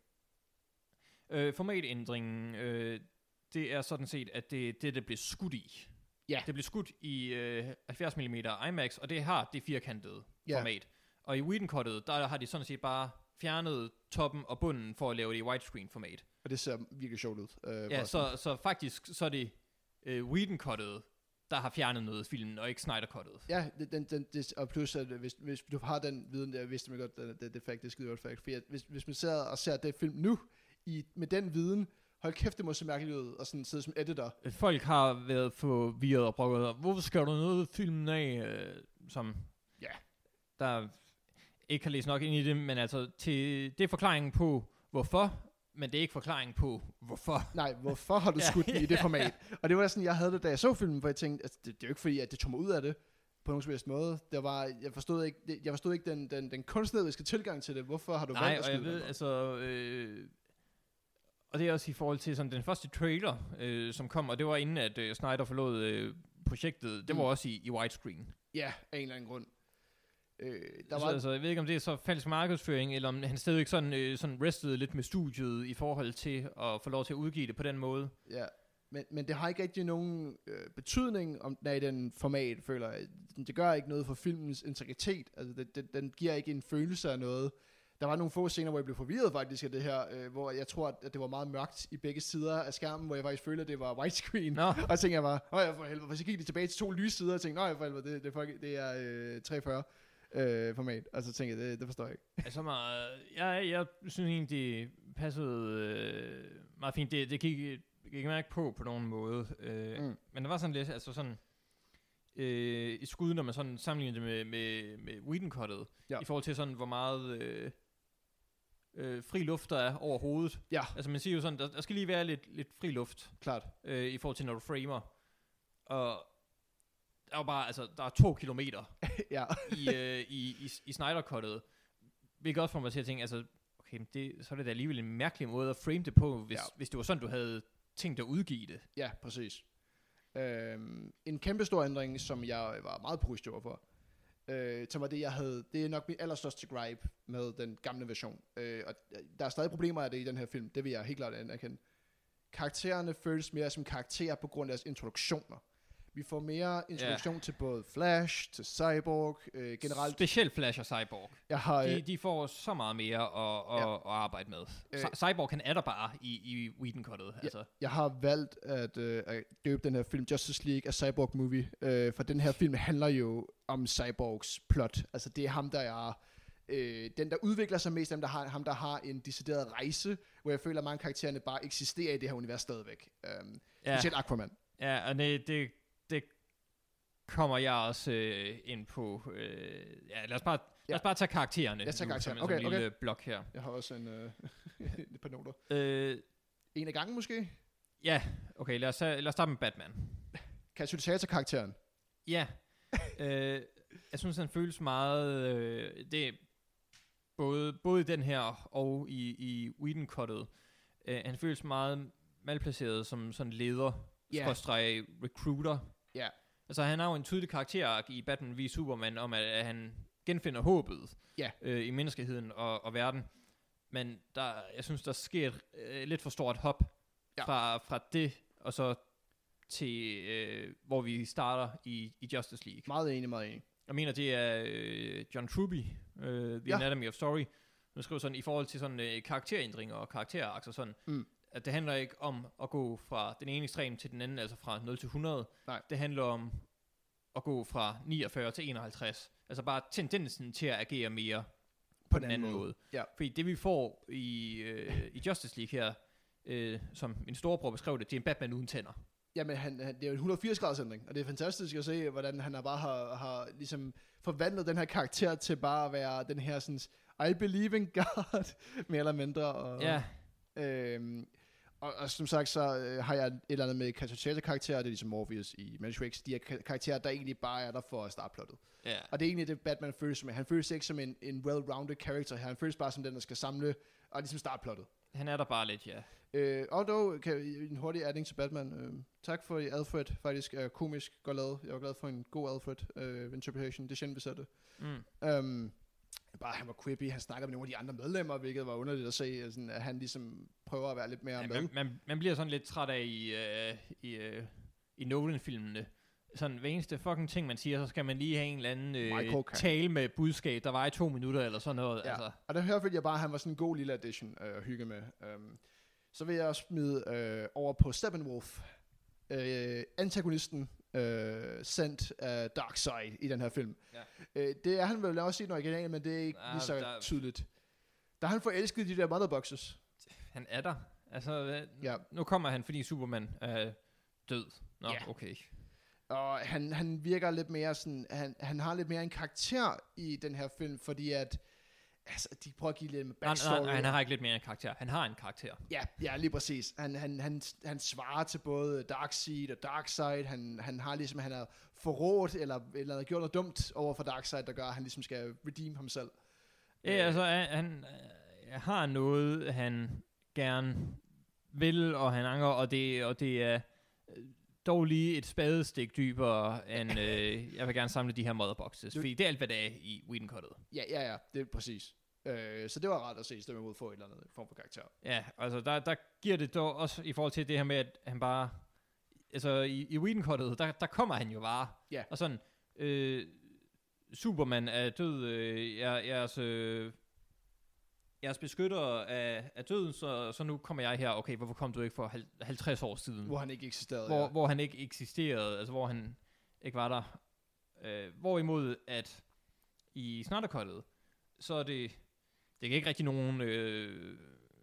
Øh, formatændringen, øh, det er sådan set, at det det, det blev skudt i. Ja. Det blev skudt i øh, halvfjerds millimeter IMAX, og det har det firkantede Ja. format. Og i Whedon-cuttet, der har de sådan set bare fjernet toppen og bunden for at lave det i widescreen-format. Og det ser virkelig sjovt ud. Øh, Ja, så, så faktisk så er det øh, Whedon-cuttet, der har fjernet noget af filmen, og ikke Snyder-cuttet. Ja, det, den, den, det, og plus, at hvis, hvis du har den viden, der vidste man godt, det, det, det, fact, det er skide godt fact. For hvis, hvis man ser og ser det film nu, i, med den viden, hold kæft, det må se mærkeligt ud, og sådan sidde som editor. Folk har været forvirret og prøvet, hvorfor skal du noget filmen af, øh, som Ja. der ikke kan læse nok ind i det, men altså, til, det er forklaringen på, hvorfor, men det er ikke forklaringen på, hvorfor. Nej, hvorfor har du Ja, skudt den i det ja. format? Og det var sådan, jeg havde det, da jeg så filmen, hvor jeg tænkte, altså, det, det er jo ikke fordi, at det tog mig ud af det, på nogen som helst måde. Det var, jeg forstod ikke, det, jeg forstod ikke den, den, den kunstneriske tilgang til det. Hvorfor har du Nej, valgt at og jeg skyde ved, den? altså, øh, og det er også i forhold til sådan, den første trailer, øh, som kom, og det var inden, at øh, Snyder forlod øh, projektet, det Mm. var også i, i widescreen. Ja, af en eller anden grund. Øh, der Så, var, altså, jeg ved ikke, om det er så falsk markedsføring, eller om han stadigvæk sådan, øh, sådan restede lidt med studiet i forhold til at få lov til at udgive det på den måde. ja. Men, men det har ikke rigtig nogen øh, betydning, om den er i den format, føler jeg. Det gør ikke noget for filmens integritet. Altså, det, det, den giver ikke en følelse af noget. Der var nogle få scener, hvor jeg blev forvirret faktisk af det her, øh, hvor jeg tror, at det var meget mørkt i begge sider af skærmen, hvor jeg faktisk følte, at det var widescreen. Nå. Og så tænkte jeg bare, åh ja, for helvede. For så gik de tilbage til to lyse sider, og tænkte, nej for helvede, det, det, er, det er øh, tre fyrre øh, format. Og så tænkte jeg, det, det forstår jeg ikke. Altså meget, jeg, jeg synes egentlig, det passede øh, meget fint. Det, det gik, gik mærke på på nogen måde. Øh, Mm. Men der var sådan lidt, altså sådan, øh, i skud, når man sådan sammenligner det med, med, med Whedon-cuttet, Ja. i forhold til sådan, hvor meget øh, øh, fri luft der er over hovedet. Ja, Altså man siger jo sådan, der, der skal lige være lidt, lidt fri luft, klart. øh, i forhold til, når du framer. Og der er jo bare, altså, der er to kilometer Ja. i, øh, i, i, i Snyder-cuttet. hvilket også får mig til at tænke, altså, okay, det, så er det da alligevel en mærkelig måde at frame det på, hvis, ja. hvis det var sådan, du havde tænkt at udgive det. Ja, præcis. Øhm, en kæmpe stor ændring, som jeg var meget positiv for, øh, som var det, jeg havde, det er nok min allerstørste gripe med den gamle version. Øh, og der er stadig problemer af det i den her film, det vil jeg helt klart anerkende. Karaktererne føles mere som karakterer på grund af deres introduktioner. Vi får mere introduktion yeah. til både Flash, til Cyborg, øh, generelt. Specielt Flash og Cyborg. Jeg har, de, de får så meget mere at, at, ja. at arbejde med. Øh, Cyborg kan er der bare i, i Whedon-cuttet. Altså. Jeg, jeg har valgt at, øh, at døbe den her film Justice League af Cyborg Movie, øh, for den her film handler jo om Cyborgs plot. Altså det er ham, der er øh, den, der udvikler sig mest, ham der, har, ham, der har en decideret rejse, hvor jeg føler, at mange karaktererne bare eksisterer i det her univers stadigvæk. Øh, ja. Specielt Aquaman. Ja, og det... det det kommer jeg også øh, ind på. Øh, ja, lad os bare, ja. lad os bare tage karaktererne. Jeg tager karaktererne. Okay, okay. en lille blok her. Jeg har også en, øh, et par noter. Øh, en af gangen måske? Ja, okay, lad os, lad os starte med Batman. Katalysator-karakteren? Ja. øh, jeg synes, han føles meget... Øh, det både, både den her og i, i Whedon-cuttet. Øh, han føles meget malplaceret som sådan leder, yeah. skråstreg recruiter. Ja. Yeah. Altså, han har jo en tydelig karakter i Batman v Superman, om at, at han genfinder håbet yeah. øh, i menneskeheden og, og verden. Men der, jeg synes, der sker et øh, lidt for stort hop ja. fra, fra det, og så til, øh, hvor vi starter i, i Justice League. Meget enig, meget enig. Jeg mener, det er øh, John Truby, øh, The ja. Anatomy of Story. Nu skriver sådan, i forhold til sådan øh, karakterændringer og karakterakser sådan, mm. at det handler ikke om at gå fra den ene ekstrem til den anden, altså fra nul til hundrede. Nej. Det handler om at gå fra niogfyrre til enoghalvtreds. Altså bare tendensen til at agere mere på, på den anden, anden måde. måde. Ja. Fordi det vi får i, øh, i Justice League her, øh, som min storebror beskrev det, det er en Batman uden tænder. Jamen, han, han, det er jo en hundrede og firs graders ændring, og det er fantastisk at se, hvordan han har bare har, har ligesom forvandlet den her karakter til bare at være den her sådan, I believe in God, mere eller mindre. Og, ja. Øhm, og, og som sagt, så øh, har jeg et eller andet med katalysator-karakterer, det er ligesom Morpheus i Matrix, de er karakterer, der egentlig bare er der for at starte plottet. Ja. Og det er egentlig det, Batman føles som. Han føles ikke som en, en well-rounded character her, han føles bare som den, der skal samle og ligesom starte plottet. Han er der bare lidt, ja. Øh, og dog, kan, en hurtig adding til Batman. Øh, tak for Alfred, faktisk er komisk godt lavet. Jeg var glad for en god Alfred øh, interpretation. Det er sjældent, vi ser det. Mm. Um, bare han var quippy, han snakker med nogle af de andre medlemmer, hvilket var underligt at se, sådan, at han ligesom prøver at være lidt mere ja, med. Man, man, man bliver sådan lidt træt af i, øh, i, øh, i Nolan-filmene. Sådan hver eneste fucking ting, man siger, så skal man lige have en eller anden øh, tale med budskab, der var i to minutter eller sådan noget. Ja. Altså. Og der hørte jeg bare, at han var sådan en god lille addition øh, at hygge med. Um, så vil jeg også smide øh, over på Steppenwolf, øh, antagonisten, øh, sendt af Darkseid i den her film. Ja. Øh, det er han vel også i den originale, men det er ikke ja, lige så der, tydeligt. Der har han forelsket de der motherboxes. Han er der. Altså, ja. Nu kommer han, fordi Superman er død. Nå, ja. okay. Og han, han virker lidt mere sådan, han, han har lidt mere en karakter i den her film, fordi at, altså, de prøver at give lidt med backstory. Nej, nej, han har ikke lidt mere en karakter. Han har en karakter. Ja, ja, lige præcis. Han, han, han, han svarer til både Darkseid og Darkseid. Han, han har ligesom, han er forrådt, eller, eller gjort noget dumt over for Darkseid, der gør, at han ligesom skal redeem ham selv. Ja, altså, han, han har noget, han gerne vil, og han angrer, og det, og det er dog lige et spadestik dybere end, øh, jeg vil gerne samle de her motherboxes, fordi det er alt, hvad det er i Whedon-cuttet. Ja, ja, ja, det er præcis. Øh, så det var rart at se, at mod få et eller andet form for karakter. Ja, altså der, der giver det dog også i forhold til det her med, at han bare, altså i, i Whedon-cuttet, der, der kommer han jo bare, ja. Og sådan, øh, Superman er død, øh, jeg, jeres, øh, jeres beskytter af, af døden, så, så nu kommer jeg her, okay, hvorfor kom du ikke for halvtreds år siden? Hvor han ikke eksisterede, hvor, ja. Hvor han ikke eksisterede, altså hvor han ikke var der. Øh, hvorimod, at i Snyder-cuttet, så er det, det er ikke rigtig nogen øh,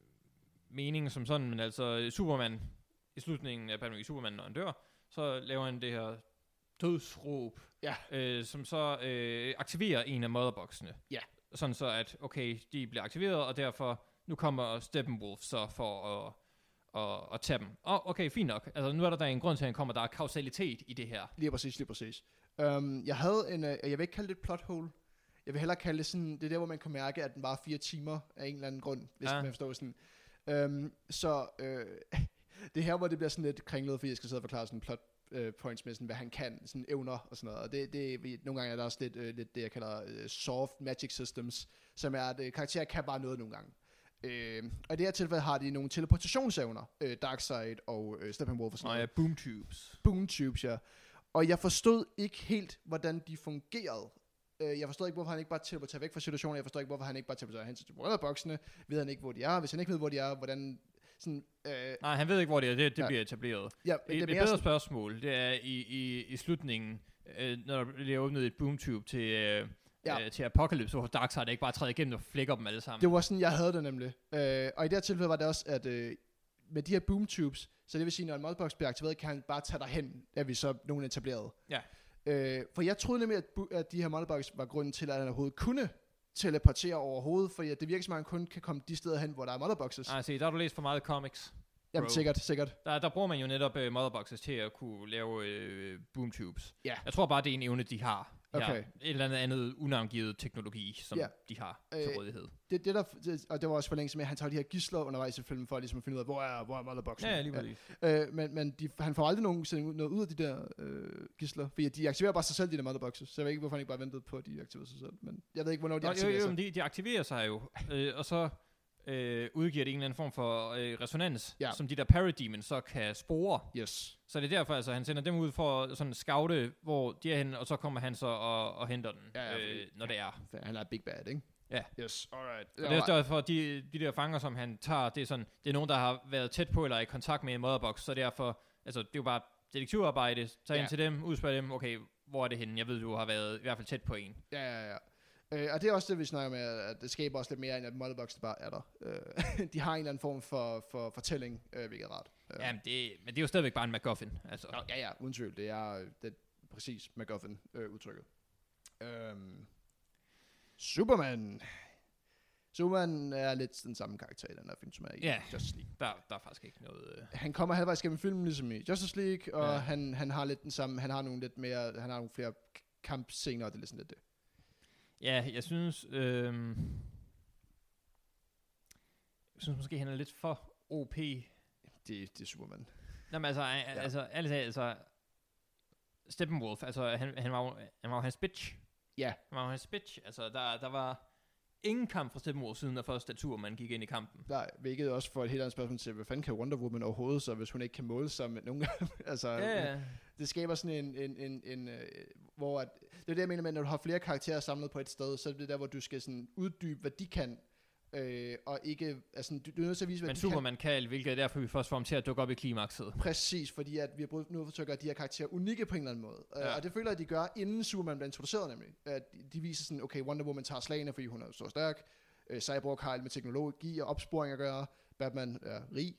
mening som sådan, men altså Superman, i slutningen af Batman v Superman, når han dør, så laver han det her dødsråb, ja. øh, som så øh, aktiverer en af motherboxene. Ja. Sådan så, at okay, de bliver aktiveret, og derfor, nu kommer Steppenwolf så for at, at, at tage dem. Og oh, okay, fint nok. Altså, nu er der, der en grund til, at han kommer. Der er kausalitet i det her. Lige præcis, lige præcis. Um, jeg havde en, uh, jeg vil ikke kalde det et plot hole. jeg vil hellere kalde det sådan, det er der, hvor man kan mærke, at den var fire timer af en eller anden grund, hvis ja. man forstår sådan. Øhm, så øh, det her, hvor det bliver sådan lidt kringlet, fordi jeg skal sidde og forklare sådan plot øh, points med sådan, hvad han kan, sådan evner og sådan noget. Og det, det, nogle gange er der også lidt, øh, lidt det, jeg kalder øh, soft magic systems, som er, at øh, karakterer kan bare noget nogle gange. Øh, og i det her tilfælde har de nogle teleportationsevner, øh, Darkseid og øh, Steppenwolf og sådan noget. Og ja, boom tubes. Boom tubes, ja. Og jeg forstod ikke helt, hvordan de fungerede. Øh, jeg forstod ikke, hvorfor han ikke bare teleporterer væk fra situationen. Jeg forstod ikke, hvorfor han ikke bare teleporterer hen til Wonderboxene. Ved han ikke, hvor de er. Hvis han ikke ved, hvor de er, hvordan... Sådan, øh, Nej, han ved ikke, hvor det er. Det, det ja. bliver etableret. Ja, et et bedre sådan... spørgsmål, det er i, i, i slutningen, øh, når der bliver åbnet et boomtube til, øh, ja. øh, til Apocalypse, hvor Darkseid ikke bare træder igennem og flækker dem alle sammen. Det var sådan, jeg havde det nemlig. Øh, og i det her tilfælde var det også, at øh, med de her boomtubes, så det vil sige, når en modbox bliver aktiveret, kan han bare tage derhen, da vi så nogen etableret. Ja. Øh, for jeg troede nemlig, at, bu- at de her modbox var grunden til, at han overhovedet kunne teleportere overhovedet, for det virker som, at han kun kan komme de steder hen, hvor der er motherboxes. Nej, se, der har du læst for meget comics. Jamen, bro. sikkert, sikkert. Der, der bruger man jo netop uh, motherboxes til at kunne lave uh, boomtubes. Ja. Jeg tror bare, det er en evne, de har. Okay. Et eller andet andet unavngivet teknologi, som yeah. de har øh, til rådighed. Det, det der, det, og det var også for længe med, at han tager de her gidsler undervejs i filmen, for at ligesom finde ud af, hvor er, hvor er motherboxen. Ja, lige præcis. Ja. Øh, men men de, han får aldrig nogen, noget ud af de der øh, gidsler, fordi de aktiverer bare sig selv, de der motherboxes. Så jeg ved ikke, hvorfor han ikke bare ventede på, at de aktiverer sig selv. Men jeg ved ikke, hvornår de Nå, aktiverer jo, jo, sig. De, de aktiverer sig jo, øh, og så øh, udgiver det en eller anden form for øh, resonans, ja. som de der parademons så kan spore. Yes. Så det er derfor, altså, han sender dem ud for sådan scoute, hvor de er henne, og så kommer han så og, og henter den, ja, ja, øh, når ja, det er. Han er big bad, ikke? Ja. Yes, alright. Og det er derfor, de, de der fanger, som han tager, det er sådan, det er nogen, der har været tæt på eller i kontakt med en motherbox, så derfor, altså, det er jo bare detektivarbejde, tag ja. ind til dem, udspørg dem, okay, hvor er det henne? Jeg ved, du har været i hvert fald tæt på en. Ja, ja, ja. Øh, og det er også det, vi snakker med, at det skaber også lidt mere, end at motherboxen bare er der. Øh, de har en eller anden form for, for fortælling, øh, hvilket er rart. Øh. Jamen, det, men det er jo stadigvæk bare en MacGuffin. Altså. Nå, ja, ja, uden tvivl. Det er, det er præcis MacGuffin-udtrykket. Øh, øhm. Superman. Superman er lidt den samme karakter i den her film, som er i yeah. Justice League. Der, der er faktisk ikke noget... Uh... Han kommer halvvejs gennem filmen, ligesom i Justice League, og ja. han, han har lidt den samme, han har nogle lidt mere, han har nogle flere kampscener, og det er lidt sådan lidt det. Ja, jeg synes, øh... jeg synes måske, han er lidt for O P. Det, det er Superman. Nå, men altså, ja. altså, altså, altså, Steppenwolf, altså, han, han, var jo, han var jo hans bitch. Ja. Han var jo hans bitch. Altså, der, der var ingen kamp fra Steppenwolf siden der første tur, man gik ind i kampen. Nej, hvilket også får et helt andet spørgsmål til, hvad fanden kan Wonder Woman overhovedet, så hvis hun ikke kan måle sig med nogen altså, ja. Det skaber sådan en, en, en, en uh, hvor at, det er det, jeg mener med, når du har flere karakterer samlet på et sted, så er det der, hvor du skal sådan uddybe, hvad de kan, øh, og ikke, altså, du, du er nødt til at vise, hvad Men de Superman kan. kan, hvilket er derfor, vi først får ham til at dukke op i klimakset. Præcis, fordi at vi har brugt nu for at gøre de her karakterer unikke på en eller anden måde. Ja. Uh, og det føler jeg, at de gør, inden Superman bliver introduceret nemlig. At de, de viser sådan, okay, Wonder Woman tager slagene, fordi hun er så stærk. Uh, Cyborg har alt med teknologi og opsporing at gøre. Batman er rig.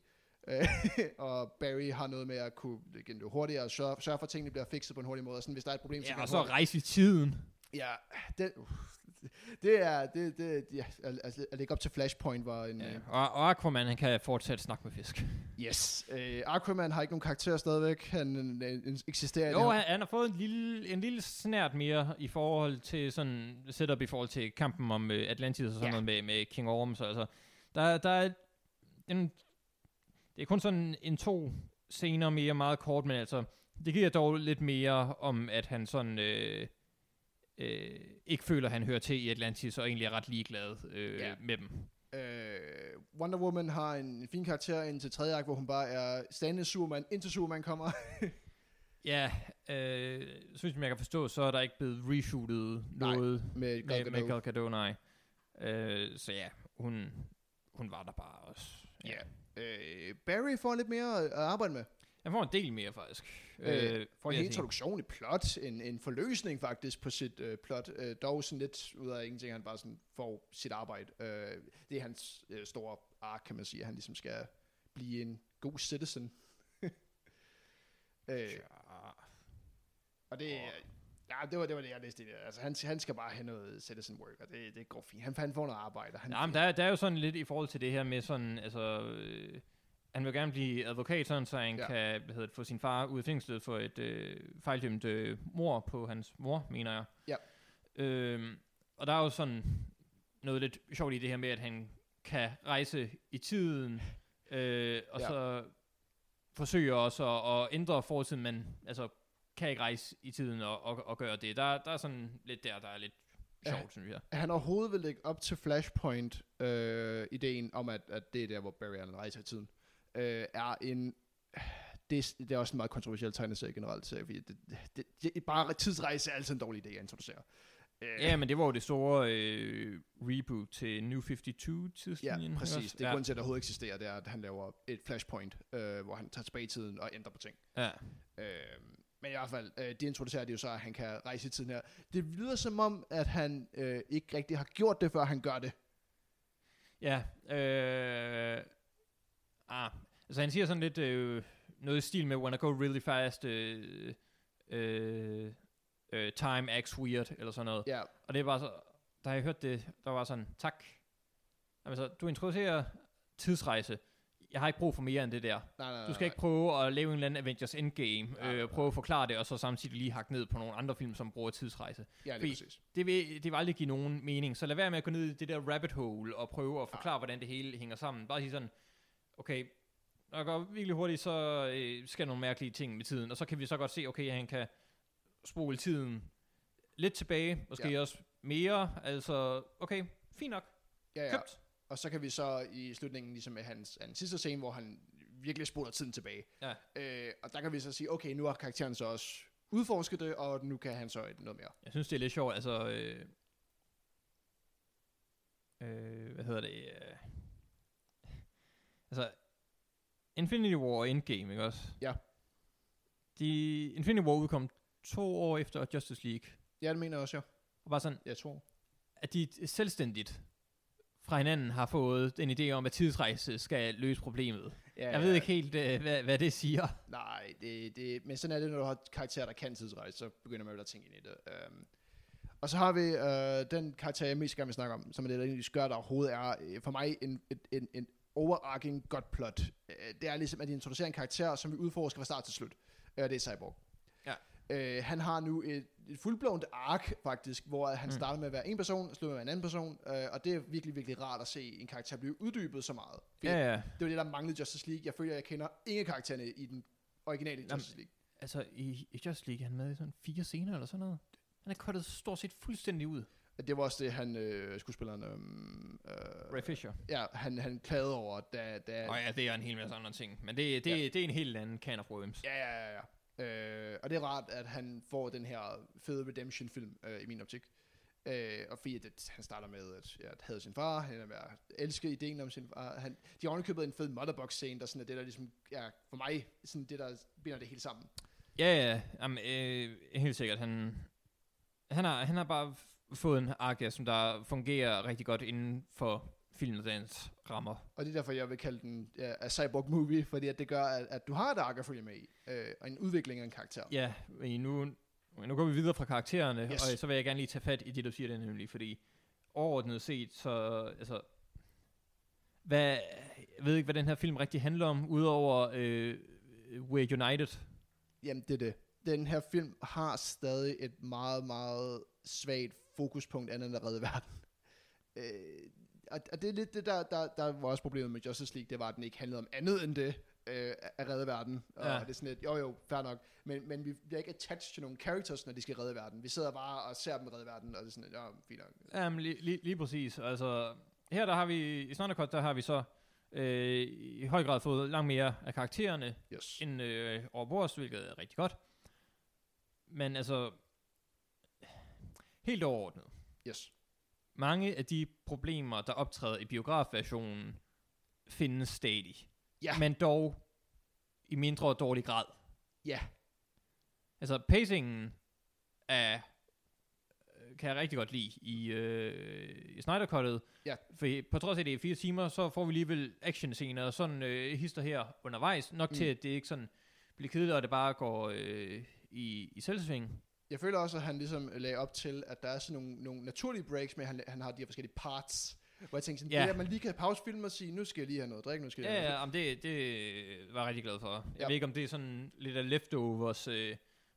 og Barry har noget med at kunne løbe hurtigere og sørge, sørge for, at tingene bliver fikset på en hurtig måde. Og sådan, hvis der er et problem, så ja, kan og så hurtigt. rejse i tiden. Ja, det, uh, det er det, det, ja, altså, at lægge op til Flashpoint var en... Ja, og, og Aquaman, han kan fortsat snakke med fisk. Yes. Uh, Aquaman har ikke nogen karakter stadigvæk. Han uh, eksisterer... Jo, han, han har fået en lille, en lille snært mere i forhold til sådan setup i forhold til kampen om uh, Atlantis og sådan ja. noget med, med King Orm. Altså, der, der er en... Det er kun sådan en to scener mere meget kort, men altså, det giver dog lidt mere om, at han sådan øh, øh, ikke føler, at han hører til i Atlantis, og egentlig er ret ligeglad øh, ja. med dem. Øh, Wonder Woman har en, en fin karakter indtil tredje akt, hvor hun bare er standende Superman, indtil Superman kommer. ja, øh, synes jeg kan forstå, så er der ikke blevet reshootet nej, noget med Gal Gadot. Med, med Gal Gadot, nej. Øh, så ja, hun, hun var der bare også. Ja. Yeah. Øh, Barry får lidt mere at arbejde med. Han får en del mere, faktisk. Øh, får en introduktion i plot, en, en forløsning faktisk på sit øh, plot. Øh, dog sådan lidt ud af ingenting, han bare sådan får sit arbejde. Øh, det er hans øh, store ark, kan man sige, at han ligesom skal blive en god citizen. øh, ja. Og det... Ja, det var det, var det jeg læste i det. Altså, han, han skal bare have noget citizen work, og det, det går fint. Han, han får noget arbejde. Han ja, men der, der er jo sådan lidt i forhold til det her med sådan, altså... Øh, han vil gerne blive advokat, sådan, så han ja. kan hvad hedder det, få sin far ud af fængslet for et øh, fejldømt øh, mord på hans mor, mener jeg. Ja. Øhm, og der er jo sådan noget lidt sjovt i det her med, at han kan rejse i tiden, øh, og ja. så forsøger også at, at ændre fortiden, men altså kan ikke rejse i tiden og, og, og gøre det. Der, der er sådan lidt der, der er lidt sjovt, ja, synes jeg. Han overhovedet vil lægge op til Flashpoint-ideen øh, om, at, at det er der, hvor Barry Allen rejser i tiden, øh, er en... Det, det er også en meget kontroversiel tegneserie generelt, så fordi det, det, det, bare tidsrejse er altid en dårlig idé at introducere. Ja, men det var jo det store øh, reboot til New femoghalvtreds-tidslinjen. Ja, præcis. Det er ja. grunden til, at der overhovedet eksisterer, det er, at han laver et flashpoint, øh, hvor han tager tilbage i tiden og ændrer på ting. Ja. Øh, men i hvert fald, øh, det introducerer det jo så, at han kan rejse i tiden her. Det lyder som om, at han øh, ikke rigtig har gjort det, før han gør det. Ja. Øh, ah, altså han siger sådan lidt øh, noget i stil med, when I go really fast... Øh, øh, Uh, time acts weird, eller sådan noget. Yeah. Og det er bare så, da jeg hørte det, der var sådan, tak. Jamen så, du introducerer tidsrejse. Jeg har ikke brug for mere end det der. Nej, nej, du skal nej. ikke prøve at lave en eller anden Avengers Endgame, nej, øh, prøve at forklare det, og så samtidig lige hakke ned på nogle andre film, som bruger tidsrejse. Ja, det er præcis. Det vil, det vil aldrig give nogen mening. Så lad være med at gå ned i det der rabbit hole, og prøve at forklare, ja. hvordan det hele hænger sammen. Bare sige sådan, okay, når jeg går virkelig hurtigt, så øh, sker nogle mærkelige ting med tiden, og så kan vi så godt se, okay, han kan spole tiden lidt tilbage, måske ja. også mere, altså, okay, fint nok, ja, ja. købt. Og så kan vi så i slutningen, ligesom med hans, hans sidste scene, hvor han virkelig spoler tiden tilbage. Ja. Øh, og der kan vi så sige, okay, nu har karakteren så også udforsket det, og nu kan han så noget mere. Jeg synes, det er lidt sjovt, altså, øh, øh, hvad hedder det, øh, altså, Infinity War og Endgame, ikke også? Ja. De, Infinity War udkom to år efter Justice League. Ja, det mener jeg også, ja. Og bare sådan, jeg tror, at de selvstændigt fra hinanden har fået den idé om, at tidsrejse skal løse problemet. Ja, jeg ved ja. ikke helt, uh, hvad, hvad det siger. Nej, det, det, men sådan er det, når du har karakterer, der kan tidsrejse, så begynder man vel at tænke ind i det. Um, og så har vi uh, den karakter, jeg mest gerne vil snakke om, som er det, der egentlig skør, der overhovedet er uh, for mig en, en, en, en overarching godt plot. Uh, det er ligesom, at de introducerer en karakter, som vi udforsker fra start til slut. Uh, det er Cyborg. Ja. Uh, han har nu et, et fuldblåent ark faktisk, hvor han mm. starter med at være en person, slutter med en anden person, uh, og det er virkelig, virkelig rart at se en karakter blive uddybet så meget. Ja, ja. Det var det, der manglede Justice League. Jeg føler, jeg kender ingen karaktererne i den originale Justice League. Jamen, altså, i, i Justice League er han med i sådan fire scener eller sådan noget. Han er kuttet stort set fuldstændig ud. Det var også det, han, øh, skuespilleren... Øh, Ray Fisher. Ja, han, han klagede over, da... da oh ja, det er en hel masse andre ting. Men det, det, ja. det er en helt anden can of worms. Ja, ja, ja, ja. Øh, og det er rart, at han får den her fede redemption-film, øh, i min optik. Øh, og fordi det, han starter med at, ja, at have sin far, han er ved at elske ideen om sin far. Han, de har ovenikøbet en fed motherbox-scene, der sådan er det, der ligesom, ja, for mig, sådan det, der binder det hele sammen. Ja, ja, jamen, øh, helt sikkert. Han, han, har, han har bare fået en ark, som der fungerer rigtig godt inden for film og dens rammer. Og det er derfor, jeg vil kalde den ja, a cyborg movie, fordi at det gør, at, at du har et ark at følge med i, øh, og en udvikling af en karakter. Ja, nu, nu går vi videre fra karaktererne, yes. og så vil jeg gerne lige tage fat i det, du siger det nemlig, fordi overordnet set, så, altså, hvad, jeg ved ikke, hvad den her film rigtig handler om, udover øh, We're United. Jamen, det er det. Den her film har stadig et meget, meget svagt fokuspunkt andet end at redde verden. Øh, og det er lidt det, der, der, der var også problemet med Justice League, det var, at den ikke handlede om andet end det, øh, at redde verden. Og ja. det er sådan lidt, jo jo, fair nok, men, men vi bliver ikke attached til nogle characters, når de skal redde verden. Vi sidder bare og ser dem redde verden, og det er sådan lidt, ja, fint nok. Jamen, lige, lige, lige præcis. Altså, her der har vi, i Snyder Cut, der har vi så øh, i høj grad fået langt mere af karaktererne, yes. end øh, overbords, hvilket er rigtig godt. Men altså, helt overordnet. Yes. Mange af de problemer, der optræder i biografversionen, findes stadig. Ja. Men dog i mindre dårlig grad. Ja. Altså, pacingen er, kan jeg rigtig godt lide i, øh, i Snyder Cut'et. Ja. For på trods af det er fire timer, så får vi alligevel actionscener og sådan øh, hister her undervejs. Nok mm. til, at det ikke sådan bliver kedeligt, og det bare går øh, i, i selvsving. Jeg føler også, at han ligesom lagde op til, at der er sådan nogle, nogle naturlige breaks med, at han, han har de her forskellige parts, hvor jeg tænkte sådan, ja. det er, at man lige kan pause filmen og sige, nu skal jeg lige have noget drik, nu skal jeg ja, have noget. Ja, det, det var jeg rigtig glad for. Jeg ja. ved ikke, om det er sådan lidt af leftovers øh,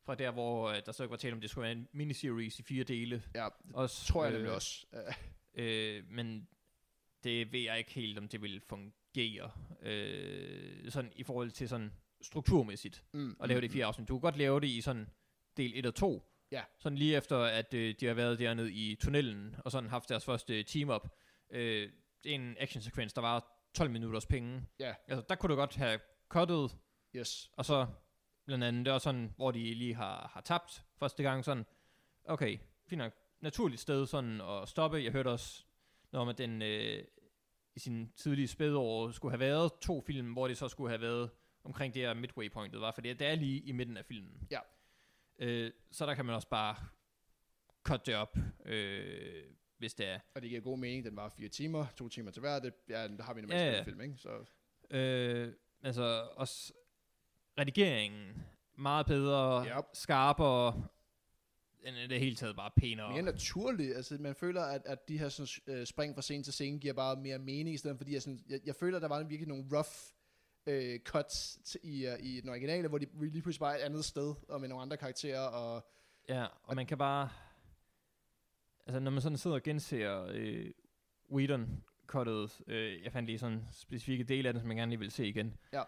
fra der, hvor øh, der så ikke var tale om, det skulle være en miniseries i fire dele. Ja, det også, tror jeg nemlig øh, også. øh, men det ved jeg ikke helt, om det ville fungere øh, sådan i forhold til sådan strukturmæssigt mm, at lave mm, det i fire afsnit. Du kan godt lave det i sådan del et og to. Ja. Sådan lige efter, at øh, de har været dernede i tunnelen, og sådan haft deres første team-up. Øh, en actionsekvens, der var tolv minutters penge. Ja. Altså, der kunne du godt have cuttet. Yes. Og så blandt andet, det var sådan, hvor de lige har, har tabt første gang, sådan, okay, fint nok, naturligt sted sådan at stoppe. Jeg hørte også noget om, at den øh, i sin tidlige spædår skulle have været to film, hvor det så skulle have været omkring det her midway pointet var, for det er lige i midten af filmen. Ja. Øh, så der kan man også bare cut det op, øh, hvis det er. Og det giver god mening, den var fire timer, to timer til hver, det, ja, der har vi normalt ja, ja. film, ikke? Så. Øh, altså også redigeringen meget bedre, yep. skarpere, end det hele taget bare pænere. Mere naturligt, altså man føler, at, at de her sådan, øh, spring fra scene til scene giver bare mere mening, i stedet fordi jeg, sådan, jeg, jeg føler, at der var virkelig nogle rough øh, cuts t- i, uh, i den originale, hvor de lige pludselig bare er et andet sted, og med nogle andre karakterer. Og, ja, og, og man kan bare, altså når man sådan sidder og genser øh, Whedon-cuttet, øh, jeg fandt lige sådan specifikke dele af det, som jeg gerne lige vil se igen. Ja.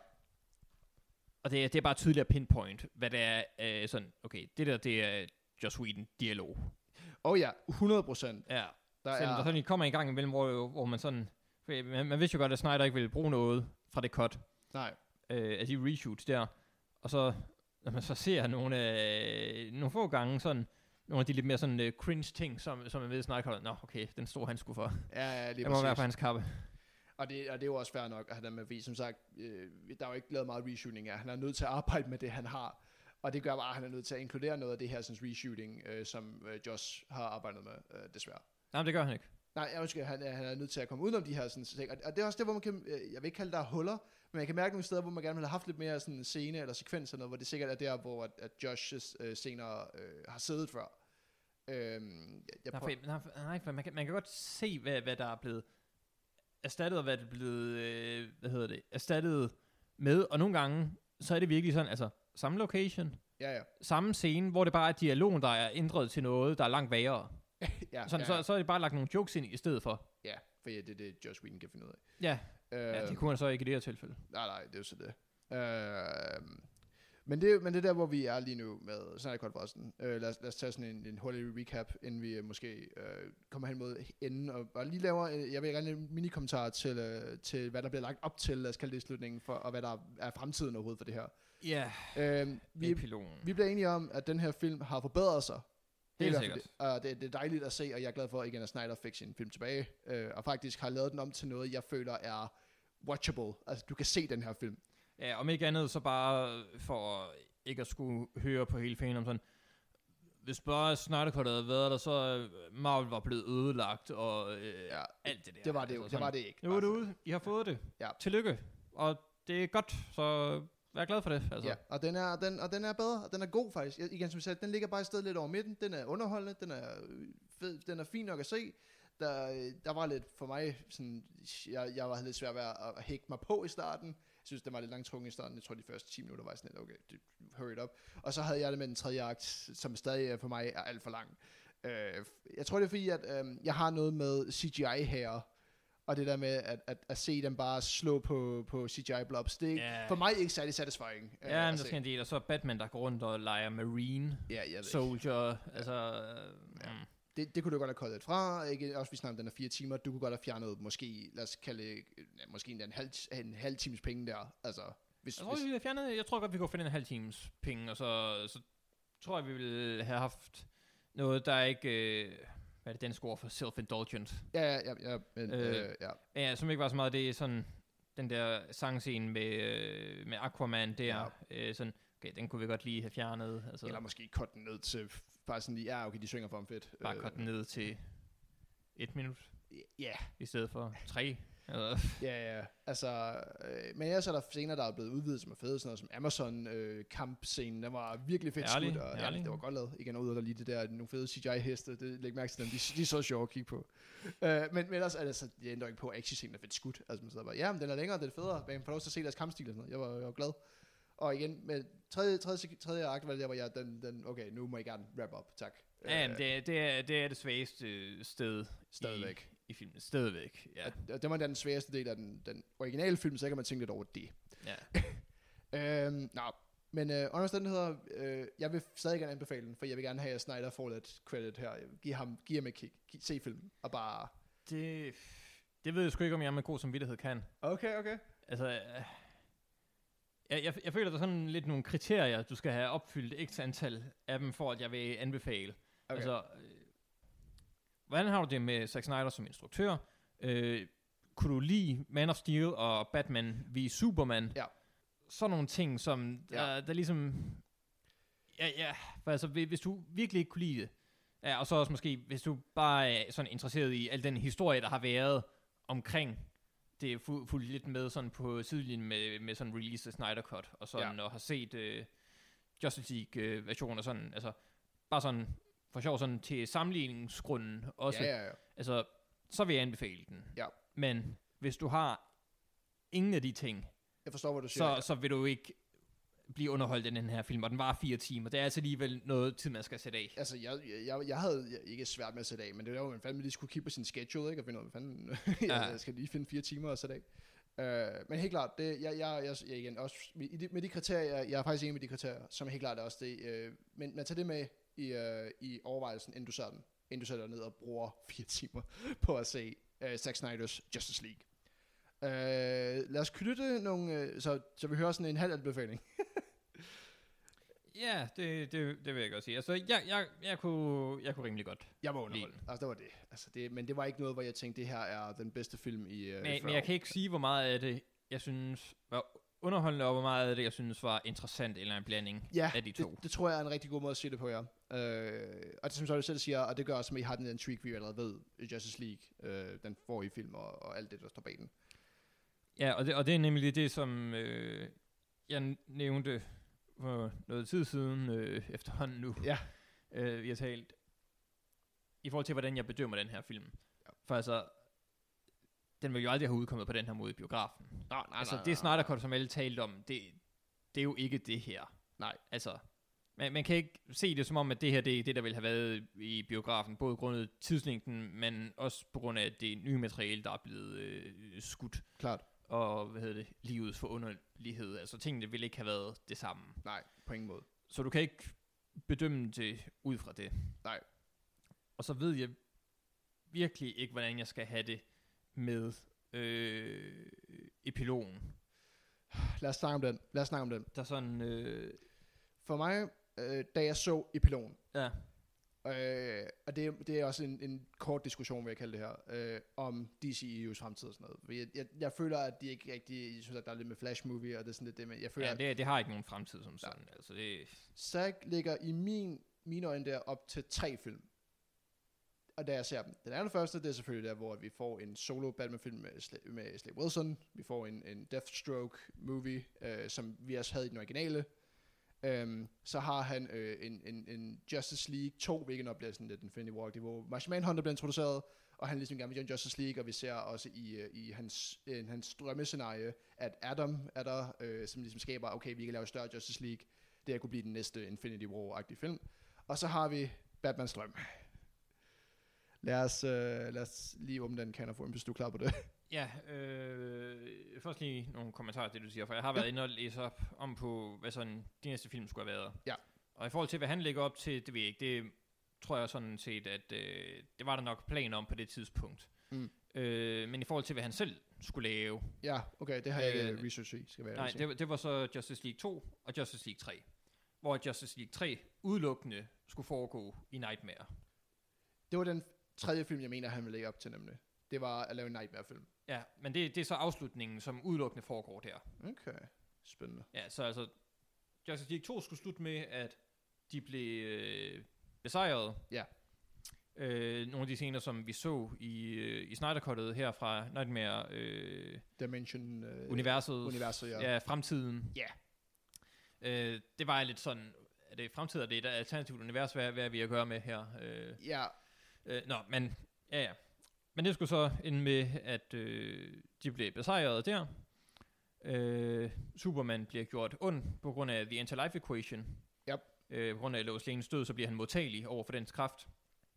Og det er, det er bare tydeligt at pinpoint, hvad det er, øh, sådan, okay, det der, det er Joss Whedon-dialog. Oh ja, hundrede procent. Ja, der selvom er... der sådan lige kommer en gang imellem, hvor, hvor man sådan, man, man vidste jo godt, at Snyder ikke ville bruge noget fra det cut. Nej. Øh, af de reshoots der, og så, når man så ser nogle, øh, nogle få gange sådan, nogle af de lidt mere sådan uh, cringe ting, som, som man ved Snyder, nå okay, den står han sgu for. Ja, ja, lige det må være på hans kappe. Og det, og det er jo også fair nok at have den med, fordi som sagt, øh, der er jo ikke lavet meget reshooting af. Han er nødt til at arbejde med det, han har. Og det gør bare, at han er nødt til at inkludere noget af det her sådan, reshooting, øh, som øh, Josh har arbejdet med, øh, desværre. Nej, det gør han ikke. Nej, jeg ønsker, han, han er nødt til at komme udenom de her sådan, ting. Og, og det er også det, hvor man kan, øh, jeg vil ikke kalde det der huller, men man kan mærke nogle steder, hvor man gerne ville have haft lidt mere sådan scene eller sekvenser, noget, hvor det sikkert er der, hvor at, at Josh's øh, scener øh, har siddet før. Øhm, jeg nej, for, nej, nej, for man kan, man kan godt se, hvad, hvad der er blevet erstattet, og hvad det er blevet, øh, hvad hedder det, erstattet med, og nogle gange, så er det virkelig sådan, altså, samme location, ja, ja. samme scene, hvor det bare er dialogen, der er ændret til noget, der er langt værre. ja, sådan, ja, ja. Så, så er det bare lagt nogle jokes ind i stedet for. Ja, for ja, det er det, Joss Whedon kan finde ud af. Ja, øh, ja det kunne han så ikke i det her tilfælde. Nej, nej, det er jo så det. Øh, men, det men det er der, hvor vi er lige nu med Snyder Cut forresten. Øh, lad, os, lad os tage sådan en, en hurtig recap, inden vi uh, måske øh, kommer hen mod enden. Og, og lige laver, uh, jeg vil gerne en mini-kommentar til, uh, til, hvad der bliver lagt op til, lad os kalde det i slutningen, for, og hvad der er fremtiden overhovedet for det her. Ja, yeah. øh, vi, vi bliver enige om, at den her film har forbedret sig. Helt sikkert. Det, og det, det er dejligt at se, og jeg er glad for, at igen at Snyder fik sin film tilbage, øh, og faktisk har lavet den om til noget, jeg føler er watchable. Altså, du kan se den her film. Ja, om ikke andet, så bare for ikke at skulle høre på hele fanen om sådan, hvis bare Snyder Cut havde været der, så Marvel var blevet ødelagt, og øh, ja, alt det der. Det var det jo, altså, det var det ikke. Nu er det ude, I har fået det. Ja. Tillykke, og det er godt, så vær glad for det. Altså. Ja, og den, er, den, og den er bedre, og den er god faktisk. Jeg, igen, som jeg sagde, den ligger bare et sted lidt over midten, den er underholdende, den er fed, den er fin nok at se. Der, der var lidt for mig, sådan, jeg, jeg var lidt svær ved at, at hægte mig på i starten. Jeg synes, det var lidt langtrukken i starten. Jeg tror, de første ti minutter var sådan lidt, okay, hurry it up. Og så havde jeg det med den tredje akt, som stadig for mig er alt for lang. Uh, jeg tror, det er fordi, at um, jeg har noget med C G I her, og det der med at, at, at se dem bare slå på, på C G I-blobs, det er yeah. for mig ikke særlig satisfying. Uh, ja, men der skal en del, og så Batman, der går rundt og leger Marine, ja, Soldier, ja. altså... Ja. Mm. Det, det kunne du godt have koldet lidt fra, ikke? Også hvis snakker om den er fire timer, du kunne godt have fjernet måske, lad os kalde det, måske en halv, en halv times penge der, altså. Hvis, jeg, tror, hvis... vi fjernet, jeg tror godt, vi kunne finde en halv times penge, og så, så tror jeg, vi ville have haft noget, der ikke, øh, hvad er det danske ord for, self-indulgent. Ja, ja, ja, men, øh, øh, ja. ja. Som ikke var så meget, det er sådan, den der sangscene med, øh, med Aquaman der, ja. øh, sådan, okay, den kunne vi godt lige have fjernet. Altså. Eller måske cut den ned til, bare sådan lige, ja, okay, de synger for ham fedt. Bare cut den ned til et minut. Ja. Yeah. I stedet for tre. Ja, ja, altså, øh, men jeg så er der scener, der er blevet udvidet, som er fede, sådan noget som Amazon-kampscenen, øh, den var virkelig fedt skudt, og ja, det var godt lavet. Igen ud af lige det der, nogle fede C G I-heste, det læg mærke til dem, de, de er så sjove at kigge på. Øh, men, men ellers er det så, det ændrer ikke på, at action-scenen er fedt skudt, altså man sidder bare, ja, men den er længere, det er federe, man får lov til at se deres kampstil og sådan noget, jeg var, jeg var glad. Og igen, med tredje, tredje, tredje akt var det der, hvor jeg, den, den, okay, nu må I gerne wrap up, tak. Ja, men det, det, er, det er det svageste sted Stadigvæk. I, i filmen. Stadigvæk, ja. Og det var den sværeste del af den, den originale film, så kan man tænke lidt over det. Ja. øhm, nå, men øh, under omstændigheder, øh, jeg vil stadig gerne anbefale den, for jeg vil gerne have, at Snyder får lidt credit her. Giv ham, giv ham et kick. Giv, se filmen, og bare... Det, det ved jeg sgu ikke, om jeg med god samvittighed kan. Okay, okay. Altså, øh, jeg, jeg, jeg føler, der er sådan lidt nogle kriterier, du skal have opfyldt x antal af dem, for at jeg vil anbefale. Okay. Altså, øh, hvordan har du det med Zack Snyder som instruktør? Øh, kunne du lide Man of Steel og Batman v Superman? Ja. Sådan nogle ting, som der, ja. der ligesom... Ja, ja, for altså, hvis du virkelig ikke kunne lide det, ja, og så også måske, hvis du bare er sådan interesseret i al den historie, der har været omkring det, er fu- fuldt lidt med sådan på sidelinjen med, med sådan release af Snyder Cut, og sådan, ja. Og har set uh, Justice League-versioner, uh, sådan, altså, bare sådan, for sjov, sådan til sammenligningsgrunden også, ja, ja, ja. Altså, så vil jeg anbefale den. Ja. Men hvis du har ingen af de ting, jeg forstår, hvad du siger, så, ja. så vil du ikke blive underholdt i den her film, og den var fire timer. Det er altså alligevel noget tid, man skal sætte af. Altså, jeg, jeg, jeg havde ikke svært med at sætte af, men det var jo, man fandme lige skulle kigge på sin schedule, ikke? Og finde ud af, fanden, ja. Jeg skal lige finde fire timer og sætte af. Uh, men helt klart, det, jeg, jeg, jeg, jeg igen, også med de, med de kriterier, jeg er faktisk enig med de kriterier, som helt klart er også det. Uh, men man tager det med i, uh, i overvejelsen, inden du ser den, inden du sætter dig ned og bruger fire timer på at se uh, Zack Snyders Justice League. Uh, lad os knytte nogle, uh, så, så vi hører sådan en halv anbefaling. Ja, det, det, det vil jeg godt sige. Altså, jeg, jeg, jeg, kunne, jeg kunne rimelig godt. Jeg var underholdt. Altså, det var det. Altså, det. Men det var ikke noget, hvor jeg tænkte, det her er den bedste film i... Uh, men, men jeg kan ikke sige, hvor meget af det, jeg synes var underholdende, og hvor meget af det, jeg synes var interessant, eller en blanding ja, af de to. Det, det tror jeg er en rigtig god måde at sige det på, ja. Uh, og det som du selv siger, og det gør også, at I har den intrigue, vi allerede ved, Justice League, uh, den forrige film, og, og alt det, der står bag den. Ja, og det, og det er nemlig det, som øh, jeg nævnte for noget tid siden, øh, efterhånden nu, ja. øh, vi har talt, i forhold til, hvordan jeg bedømmer den her film. Ja. For altså, den vil jo aldrig have udkommet på den her måde i biografen. Nej, nej, altså, nej, det Snyder Cut, som alle talte om, det, det er jo ikke det her. Nej. Altså, man, man kan ikke se det som om, at det her, det er det, der vil have været i biografen, både grundet tidslængden, men også på grund af det nye materiale, der er blevet øh, skudt. Klart. Og, hvad hedder det, livets forunderlighed. Altså, tingene ville ikke have været det samme. Nej, på ingen måde. Så du kan ikke bedømme det ud fra det. Nej. Og så ved jeg virkelig ikke, hvordan jeg skal have det med øh, epilogen. Lad os snakke om den. Lad os snakke om den. Der er sådan... Øh, For mig, øh, da jeg så epilogen, ja. Øh, og det, det er også en, en kort diskussion, vil jeg kalde det her, øh, om D C E U's fremtid og sådan noget. Jeg, jeg, jeg føler, at de ikke rigtig, jeg synes, at der er lidt med Flash Movie, og det er sådan lidt det, men jeg føler, ja, det, det har ikke nogen fremtid som sådan. Ja. Altså, det... Zack ligger i min, mine øjne der op til tre film. Og da jeg ser dem, den allerførste, det er selvfølgelig der, hvor vi får en solo Batman-film med, Sl- med Slade Wilson. Vi får en, en Deathstroke-movie, øh, som vi også havde i den originale. Um, så har han øh, en, en, en Justice League to, hvilket nok bliver sådan lidt Infinity War, hvor Martian Manhunter bliver introduceret, og han ligesom gerne vil gøre en Justice League, og vi ser også i, uh, i hans, uh, hans drømmescenarie, at Adam er der, øh, som ligesom skaber, okay, vi kan lave en større Justice League, det her kunne blive den næste Infinity War-agtige film. Og så har vi Batmans drøm. Lad os, øh, lad os lige åbne den kan og få en, hvis du er klar på det. Ja, øh, først lige nogle kommentarer til det, du siger, for jeg har været ja. inde og læse op om på, hvad sådan de næste film skulle have været. Ja. Og i forhold til, hvad han lægger op til, det ved jeg ikke, det tror jeg sådan set, at øh, det var der nok planer om på det tidspunkt. Mm. Øh, men i forhold til, hvad han selv skulle lave. Ja, okay, det har jeg ikke øh, research i, skal være. Nej, det, det var så Justice League to og Justice League tre. Hvor Justice League tre udelukkende skulle foregå i Nightmare. Det var den tredje film, jeg mener, han ville lægge op til nemlig. Det var at lave en Nightmare-film. Ja, men det, det er så afslutningen, som udelukkende foregår der. Okay, spændende. Ja, så altså, Justice League to skulle slutte med, at de blev øh, besejret. Ja. Øh, nogle af de scener, som vi så i, øh, i Snyder Cut'et her fra Nightmare øh, Dimension øh, universet, universet ja. ja, fremtiden. Ja. Øh, det var lidt sådan, er det fremtiden, er det et alternativt univers, hvad, hvad er vi at gøre med her? Øh, ja. Øh, nå, men ja, ja. Men det skulle så ende med, at øh, de blev besejret der. øh, Superman bliver gjort ond på grund af The Anti-Life Equation. Yep. Øh, på grund af Lois Lanes død, så bliver han modtagelig over for dens kraft.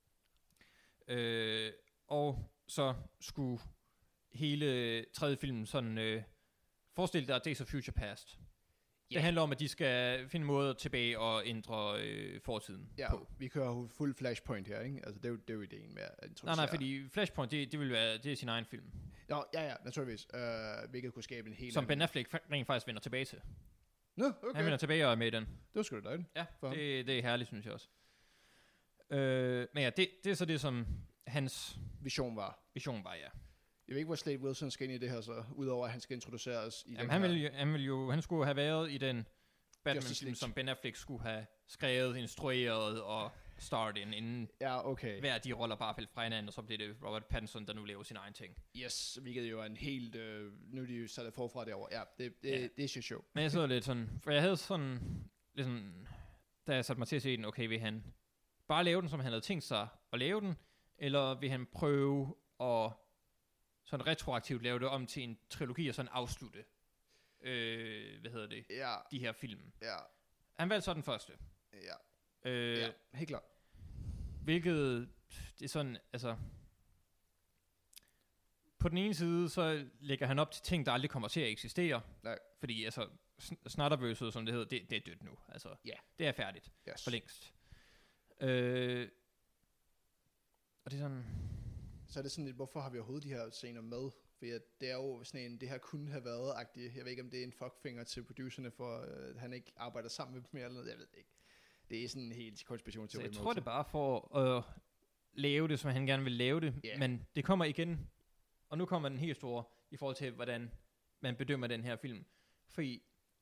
Øh, og så skulle hele tredje film sådan øh, forestille dig Days of Future Past. Yeah. Det handler om, at de skal finde måder tilbage og ændre øh, fortiden ja, på. Vi kører jo fuld Flashpoint her, ikke? Altså det er jo, det er jo ideen med at introducere. Nej, nej, fordi Flashpoint, det, det vil være, det er sin egen film. Nå, ja, ja, naturligvis. Uh, hvilket kunne skabe en helt Som anden... Ben Affleck rent faktisk vender tilbage til. Nå, okay. Han vender tilbage og er med i den. Det var sgu da dejligt. Ja, det, det er herligt, synes jeg også. Øh, men ja, det, det er så det, som hans vision var. Vision var, ja. Jeg ved ikke, hvor Slade Wilson skal ind i det her så, udover at han skal introduceres i Jamen, den han her... Vil jo, han, vil jo, han skulle have været i den Batman-film, som Ben Affleck skulle have skrevet, instrueret og startet inden ja, okay. hver af de roller bare faldt fra hinanden, og så bliver det Robert Pattinson, der nu laver sin egen ting. Yes, hvilket jo er en helt... Øh, nu er de jo sat forfra derovre. Ja, det, det, ja. det er shit show. Men jeg sidder lidt sådan... For jeg havde sådan... Lidt sådan da jeg satte mig til at se den, okay, vil han bare lave den, som han havde tænkt sig at lave den, eller vil han prøve at sådan retroaktivt lave det om til en trilogi og sådan afslutte, øh, hvad hedder det, ja. de her film. Ja. Han valgte så den første. Ja. Øh, ja, helt klart. Hvilket, det er sådan, altså... På den ene side, så lægger han op til ting, der aldrig kommer til at eksistere. Nej. Fordi, altså, Snyderverse, som det hedder, det, det er dødt nu. Altså, yeah. det er færdigt. Yes. For længst. Øh, og det er sådan... Så er det sådan lidt, hvorfor har vi overhovedet de her scener med? For det er jo sådan en, det her kunne have været-agtigt. Jeg ved ikke, om det er en fuckfinger til producerne, for uh, han ikke arbejder sammen med dem mere eller noget. Jeg ved ikke. Det er sådan en helt konspirationsteori. Jeg tror, det er bare for at lave det, som han gerne vil lave det. Yeah. Men det kommer igen. Og nu kommer den helt store i forhold til, hvordan man bedømmer den her film. Fordi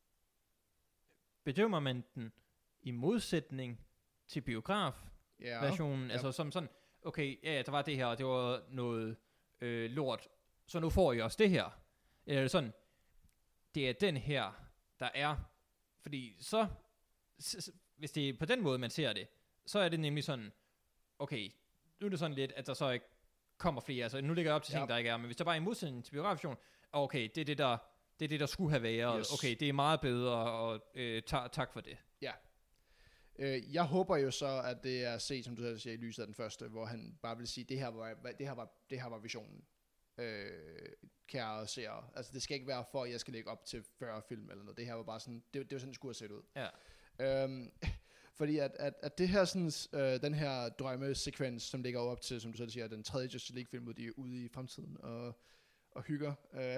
bedømmer man den i modsætning til biograf-versionen, yeah. altså yep. som sådan, okay, ja, der var det her, og det var noget øh, lort, så nu får I også det her. Eller sådan, det er den her, der er, fordi så, s- hvis det er på den måde, man ser det, så er det nemlig sådan, okay, nu er det sådan lidt, at der så ikke kommer flere, altså nu ligger jeg op til ting, yep. der ikke er, men hvis der bare er i modsætning til biografversionen, okay, det er det, der, det er det, der skulle have været, yes. Okay, det er meget bedre, og øh, ta- tak for det. Ja. Øh, jeg håber jo så, at det er set, som du selv siger, i lyset af den første, hvor han bare vil sige, det her var, det her var, det her var visionen, øh, kære seere. Altså det skal ikke være for, at jeg skal lægge op til fyrre film eller noget. Det her var bare sådan, det, det var sådan, det skulle have set ud. Ja. Øhm, fordi at, at, at det her sådan, øh, den her drømmesekvens, som ligger op til, som du selv siger, den tredje Justice League film, hvor de er ude i fremtiden og, og hygger. Øh, ja,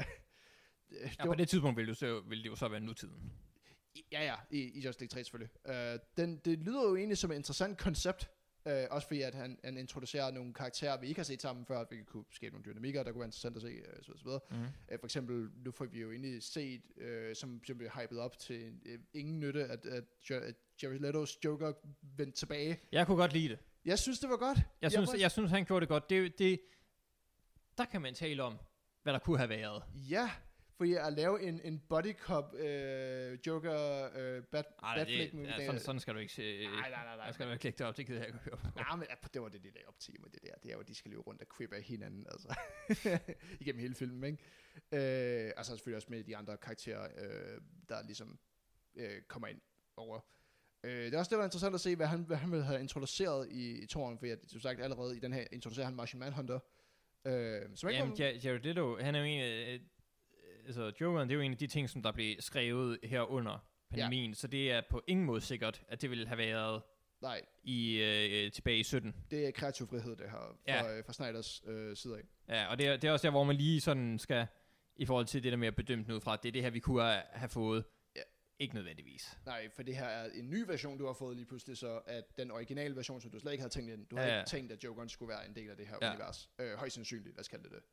på det tidspunkt ville det, så, ville det jo så være nutiden. Ja, ja, i, i Justice League tre selvfølgelig. Uh, den, det lyder jo egentlig som et interessant koncept, uh, også fordi at han, han introducerer nogle karakterer, vi ikke har set sammen før, at vi kunne skabe nogle dynamikker, der kunne være interessant at se, uh, så videre. Mm-hmm. Uh, for eksempel, nu får vi jo egentlig set, uh, som, som bliver hypet op til uh, ingen nytte, at, at, at Jared Leto's Joker vendte tilbage. Jeg kunne godt lide det. Jeg synes, det var godt. Jeg, jeg synes, var... jeg synes, han gjorde det godt. Det, det, der kan man tale om, hvad der kunne have været. Ja, fordi at lave en, en body cop øh, Joker øh, bat, Ej, det, ja, sådan, sådan skal du ikke se. Nej, nej, nej, nej. Jeg skal du ikke lægge det op, det gider jeg ikke høre på. Nej, men det var det, de lagde op til med det der. Det er jo, at de skal løbe rundt og quippe af hinanden, altså. Igennem hele filmen, ikke? Øh, altså selvfølgelig også med de andre karakterer, øh, der ligesom øh, kommer ind over. Øh, det er også det var interessant at se, hvad han, hvad han ville have introduceret i, i toren, fordi at, som sagt allerede i den her introducerer han Martian Manhunter. Øh, som Jamen, Jared Leto, han er jo en af, altså Jokeren, det er jo en af de ting, som der blev skrevet her under pandemien, ja. Så det er på ingen måde sikkert, at det ville have været Nej. I, øh, tilbage i sytten. Det er kreativ frihed, det her, fra, ja. øh, fra Snyders øh, side af. Ja, og det er, det er også der, hvor man lige sådan skal, i forhold til det der med at bedømme den ud fra, at det er det her, vi kunne have fået. Ja. Ikke nødvendigvis. Nej, for det her er en ny version, du har fået lige pludselig, så at den originale version, som du slet ikke havde tænkt ind, du havde ja, ja. ikke tænkt, at Jokeren skulle være en del af det her ja. univers. Øh, højst sandsynligt, lad os kalde det det.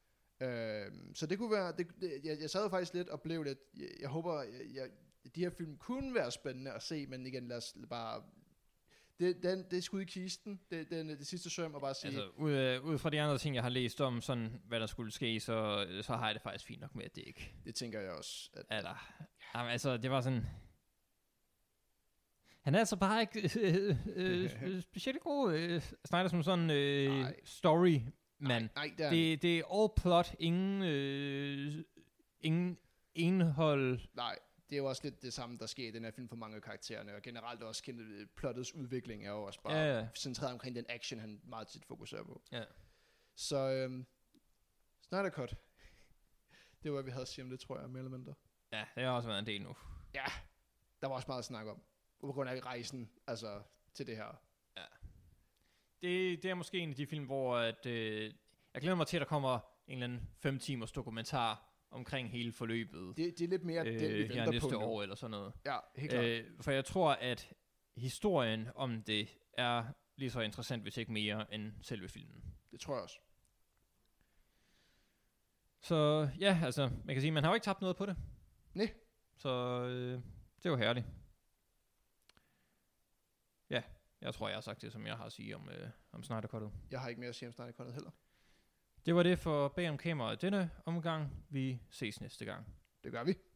Øh, så det kunne være, det, det, jeg, jeg sad faktisk lidt og blev lidt, jeg, jeg håber, jeg, jeg, de her film kunne være spændende at se, men igen, lad os bare, det, den, det er skud i kisten, det, det, det sidste søm, og bare sige. Altså, ud, øh, ud fra de andre ting, jeg har læst om, sådan, hvad der skulle ske, så, så har jeg det faktisk fint nok med, at det ikke. Det tænker jeg også. At, er der. Jamen, altså, det var sådan, han er altså bare ikke øh, øh, øh, specielt god, øh, Snyder som sådan øh, story. Men nej, nej, det, er det, det er all plot, ingen, øh, ingen enhold. Nej, det er jo også lidt det samme, der sker i den her film for mange af karaktererne, og generelt også kendt plottets udvikling er jo også bare ja, ja. centreret omkring den action, han meget tit fokuserer på. Ja. Så øhm, Snyder Cut, det var, hvad vi havde at sige om det, tror jeg, mere eller mindre. Ja, det har også været en del nu. Ja, der var også meget at snakke om, på grund af rejsen altså, til det her. Ja. Det, det er måske en af de film, hvor at, øh, jeg glæder mig til, at der kommer en eller anden fem timers dokumentar omkring hele forløbet. Det, det er lidt mere øh, den, vi venter næste på nu. år eller sådan noget. Ja, helt klart. Øh, for jeg tror, at historien om det er lige så interessant, hvis ikke mere, end selve filmen. Det tror jeg også. Så ja, altså, man kan sige, man har jo ikke tabt noget på det. Nej. Så øh, det var herligt. Ja, jeg tror, jeg har sagt det, som jeg har at sige om, øh, om Snyder Cut'et. Jeg har ikke mere at sige om Snyder Cut'et heller. Det var det for Bag om kameraet denne omgang. Vi ses næste gang. Det gør vi.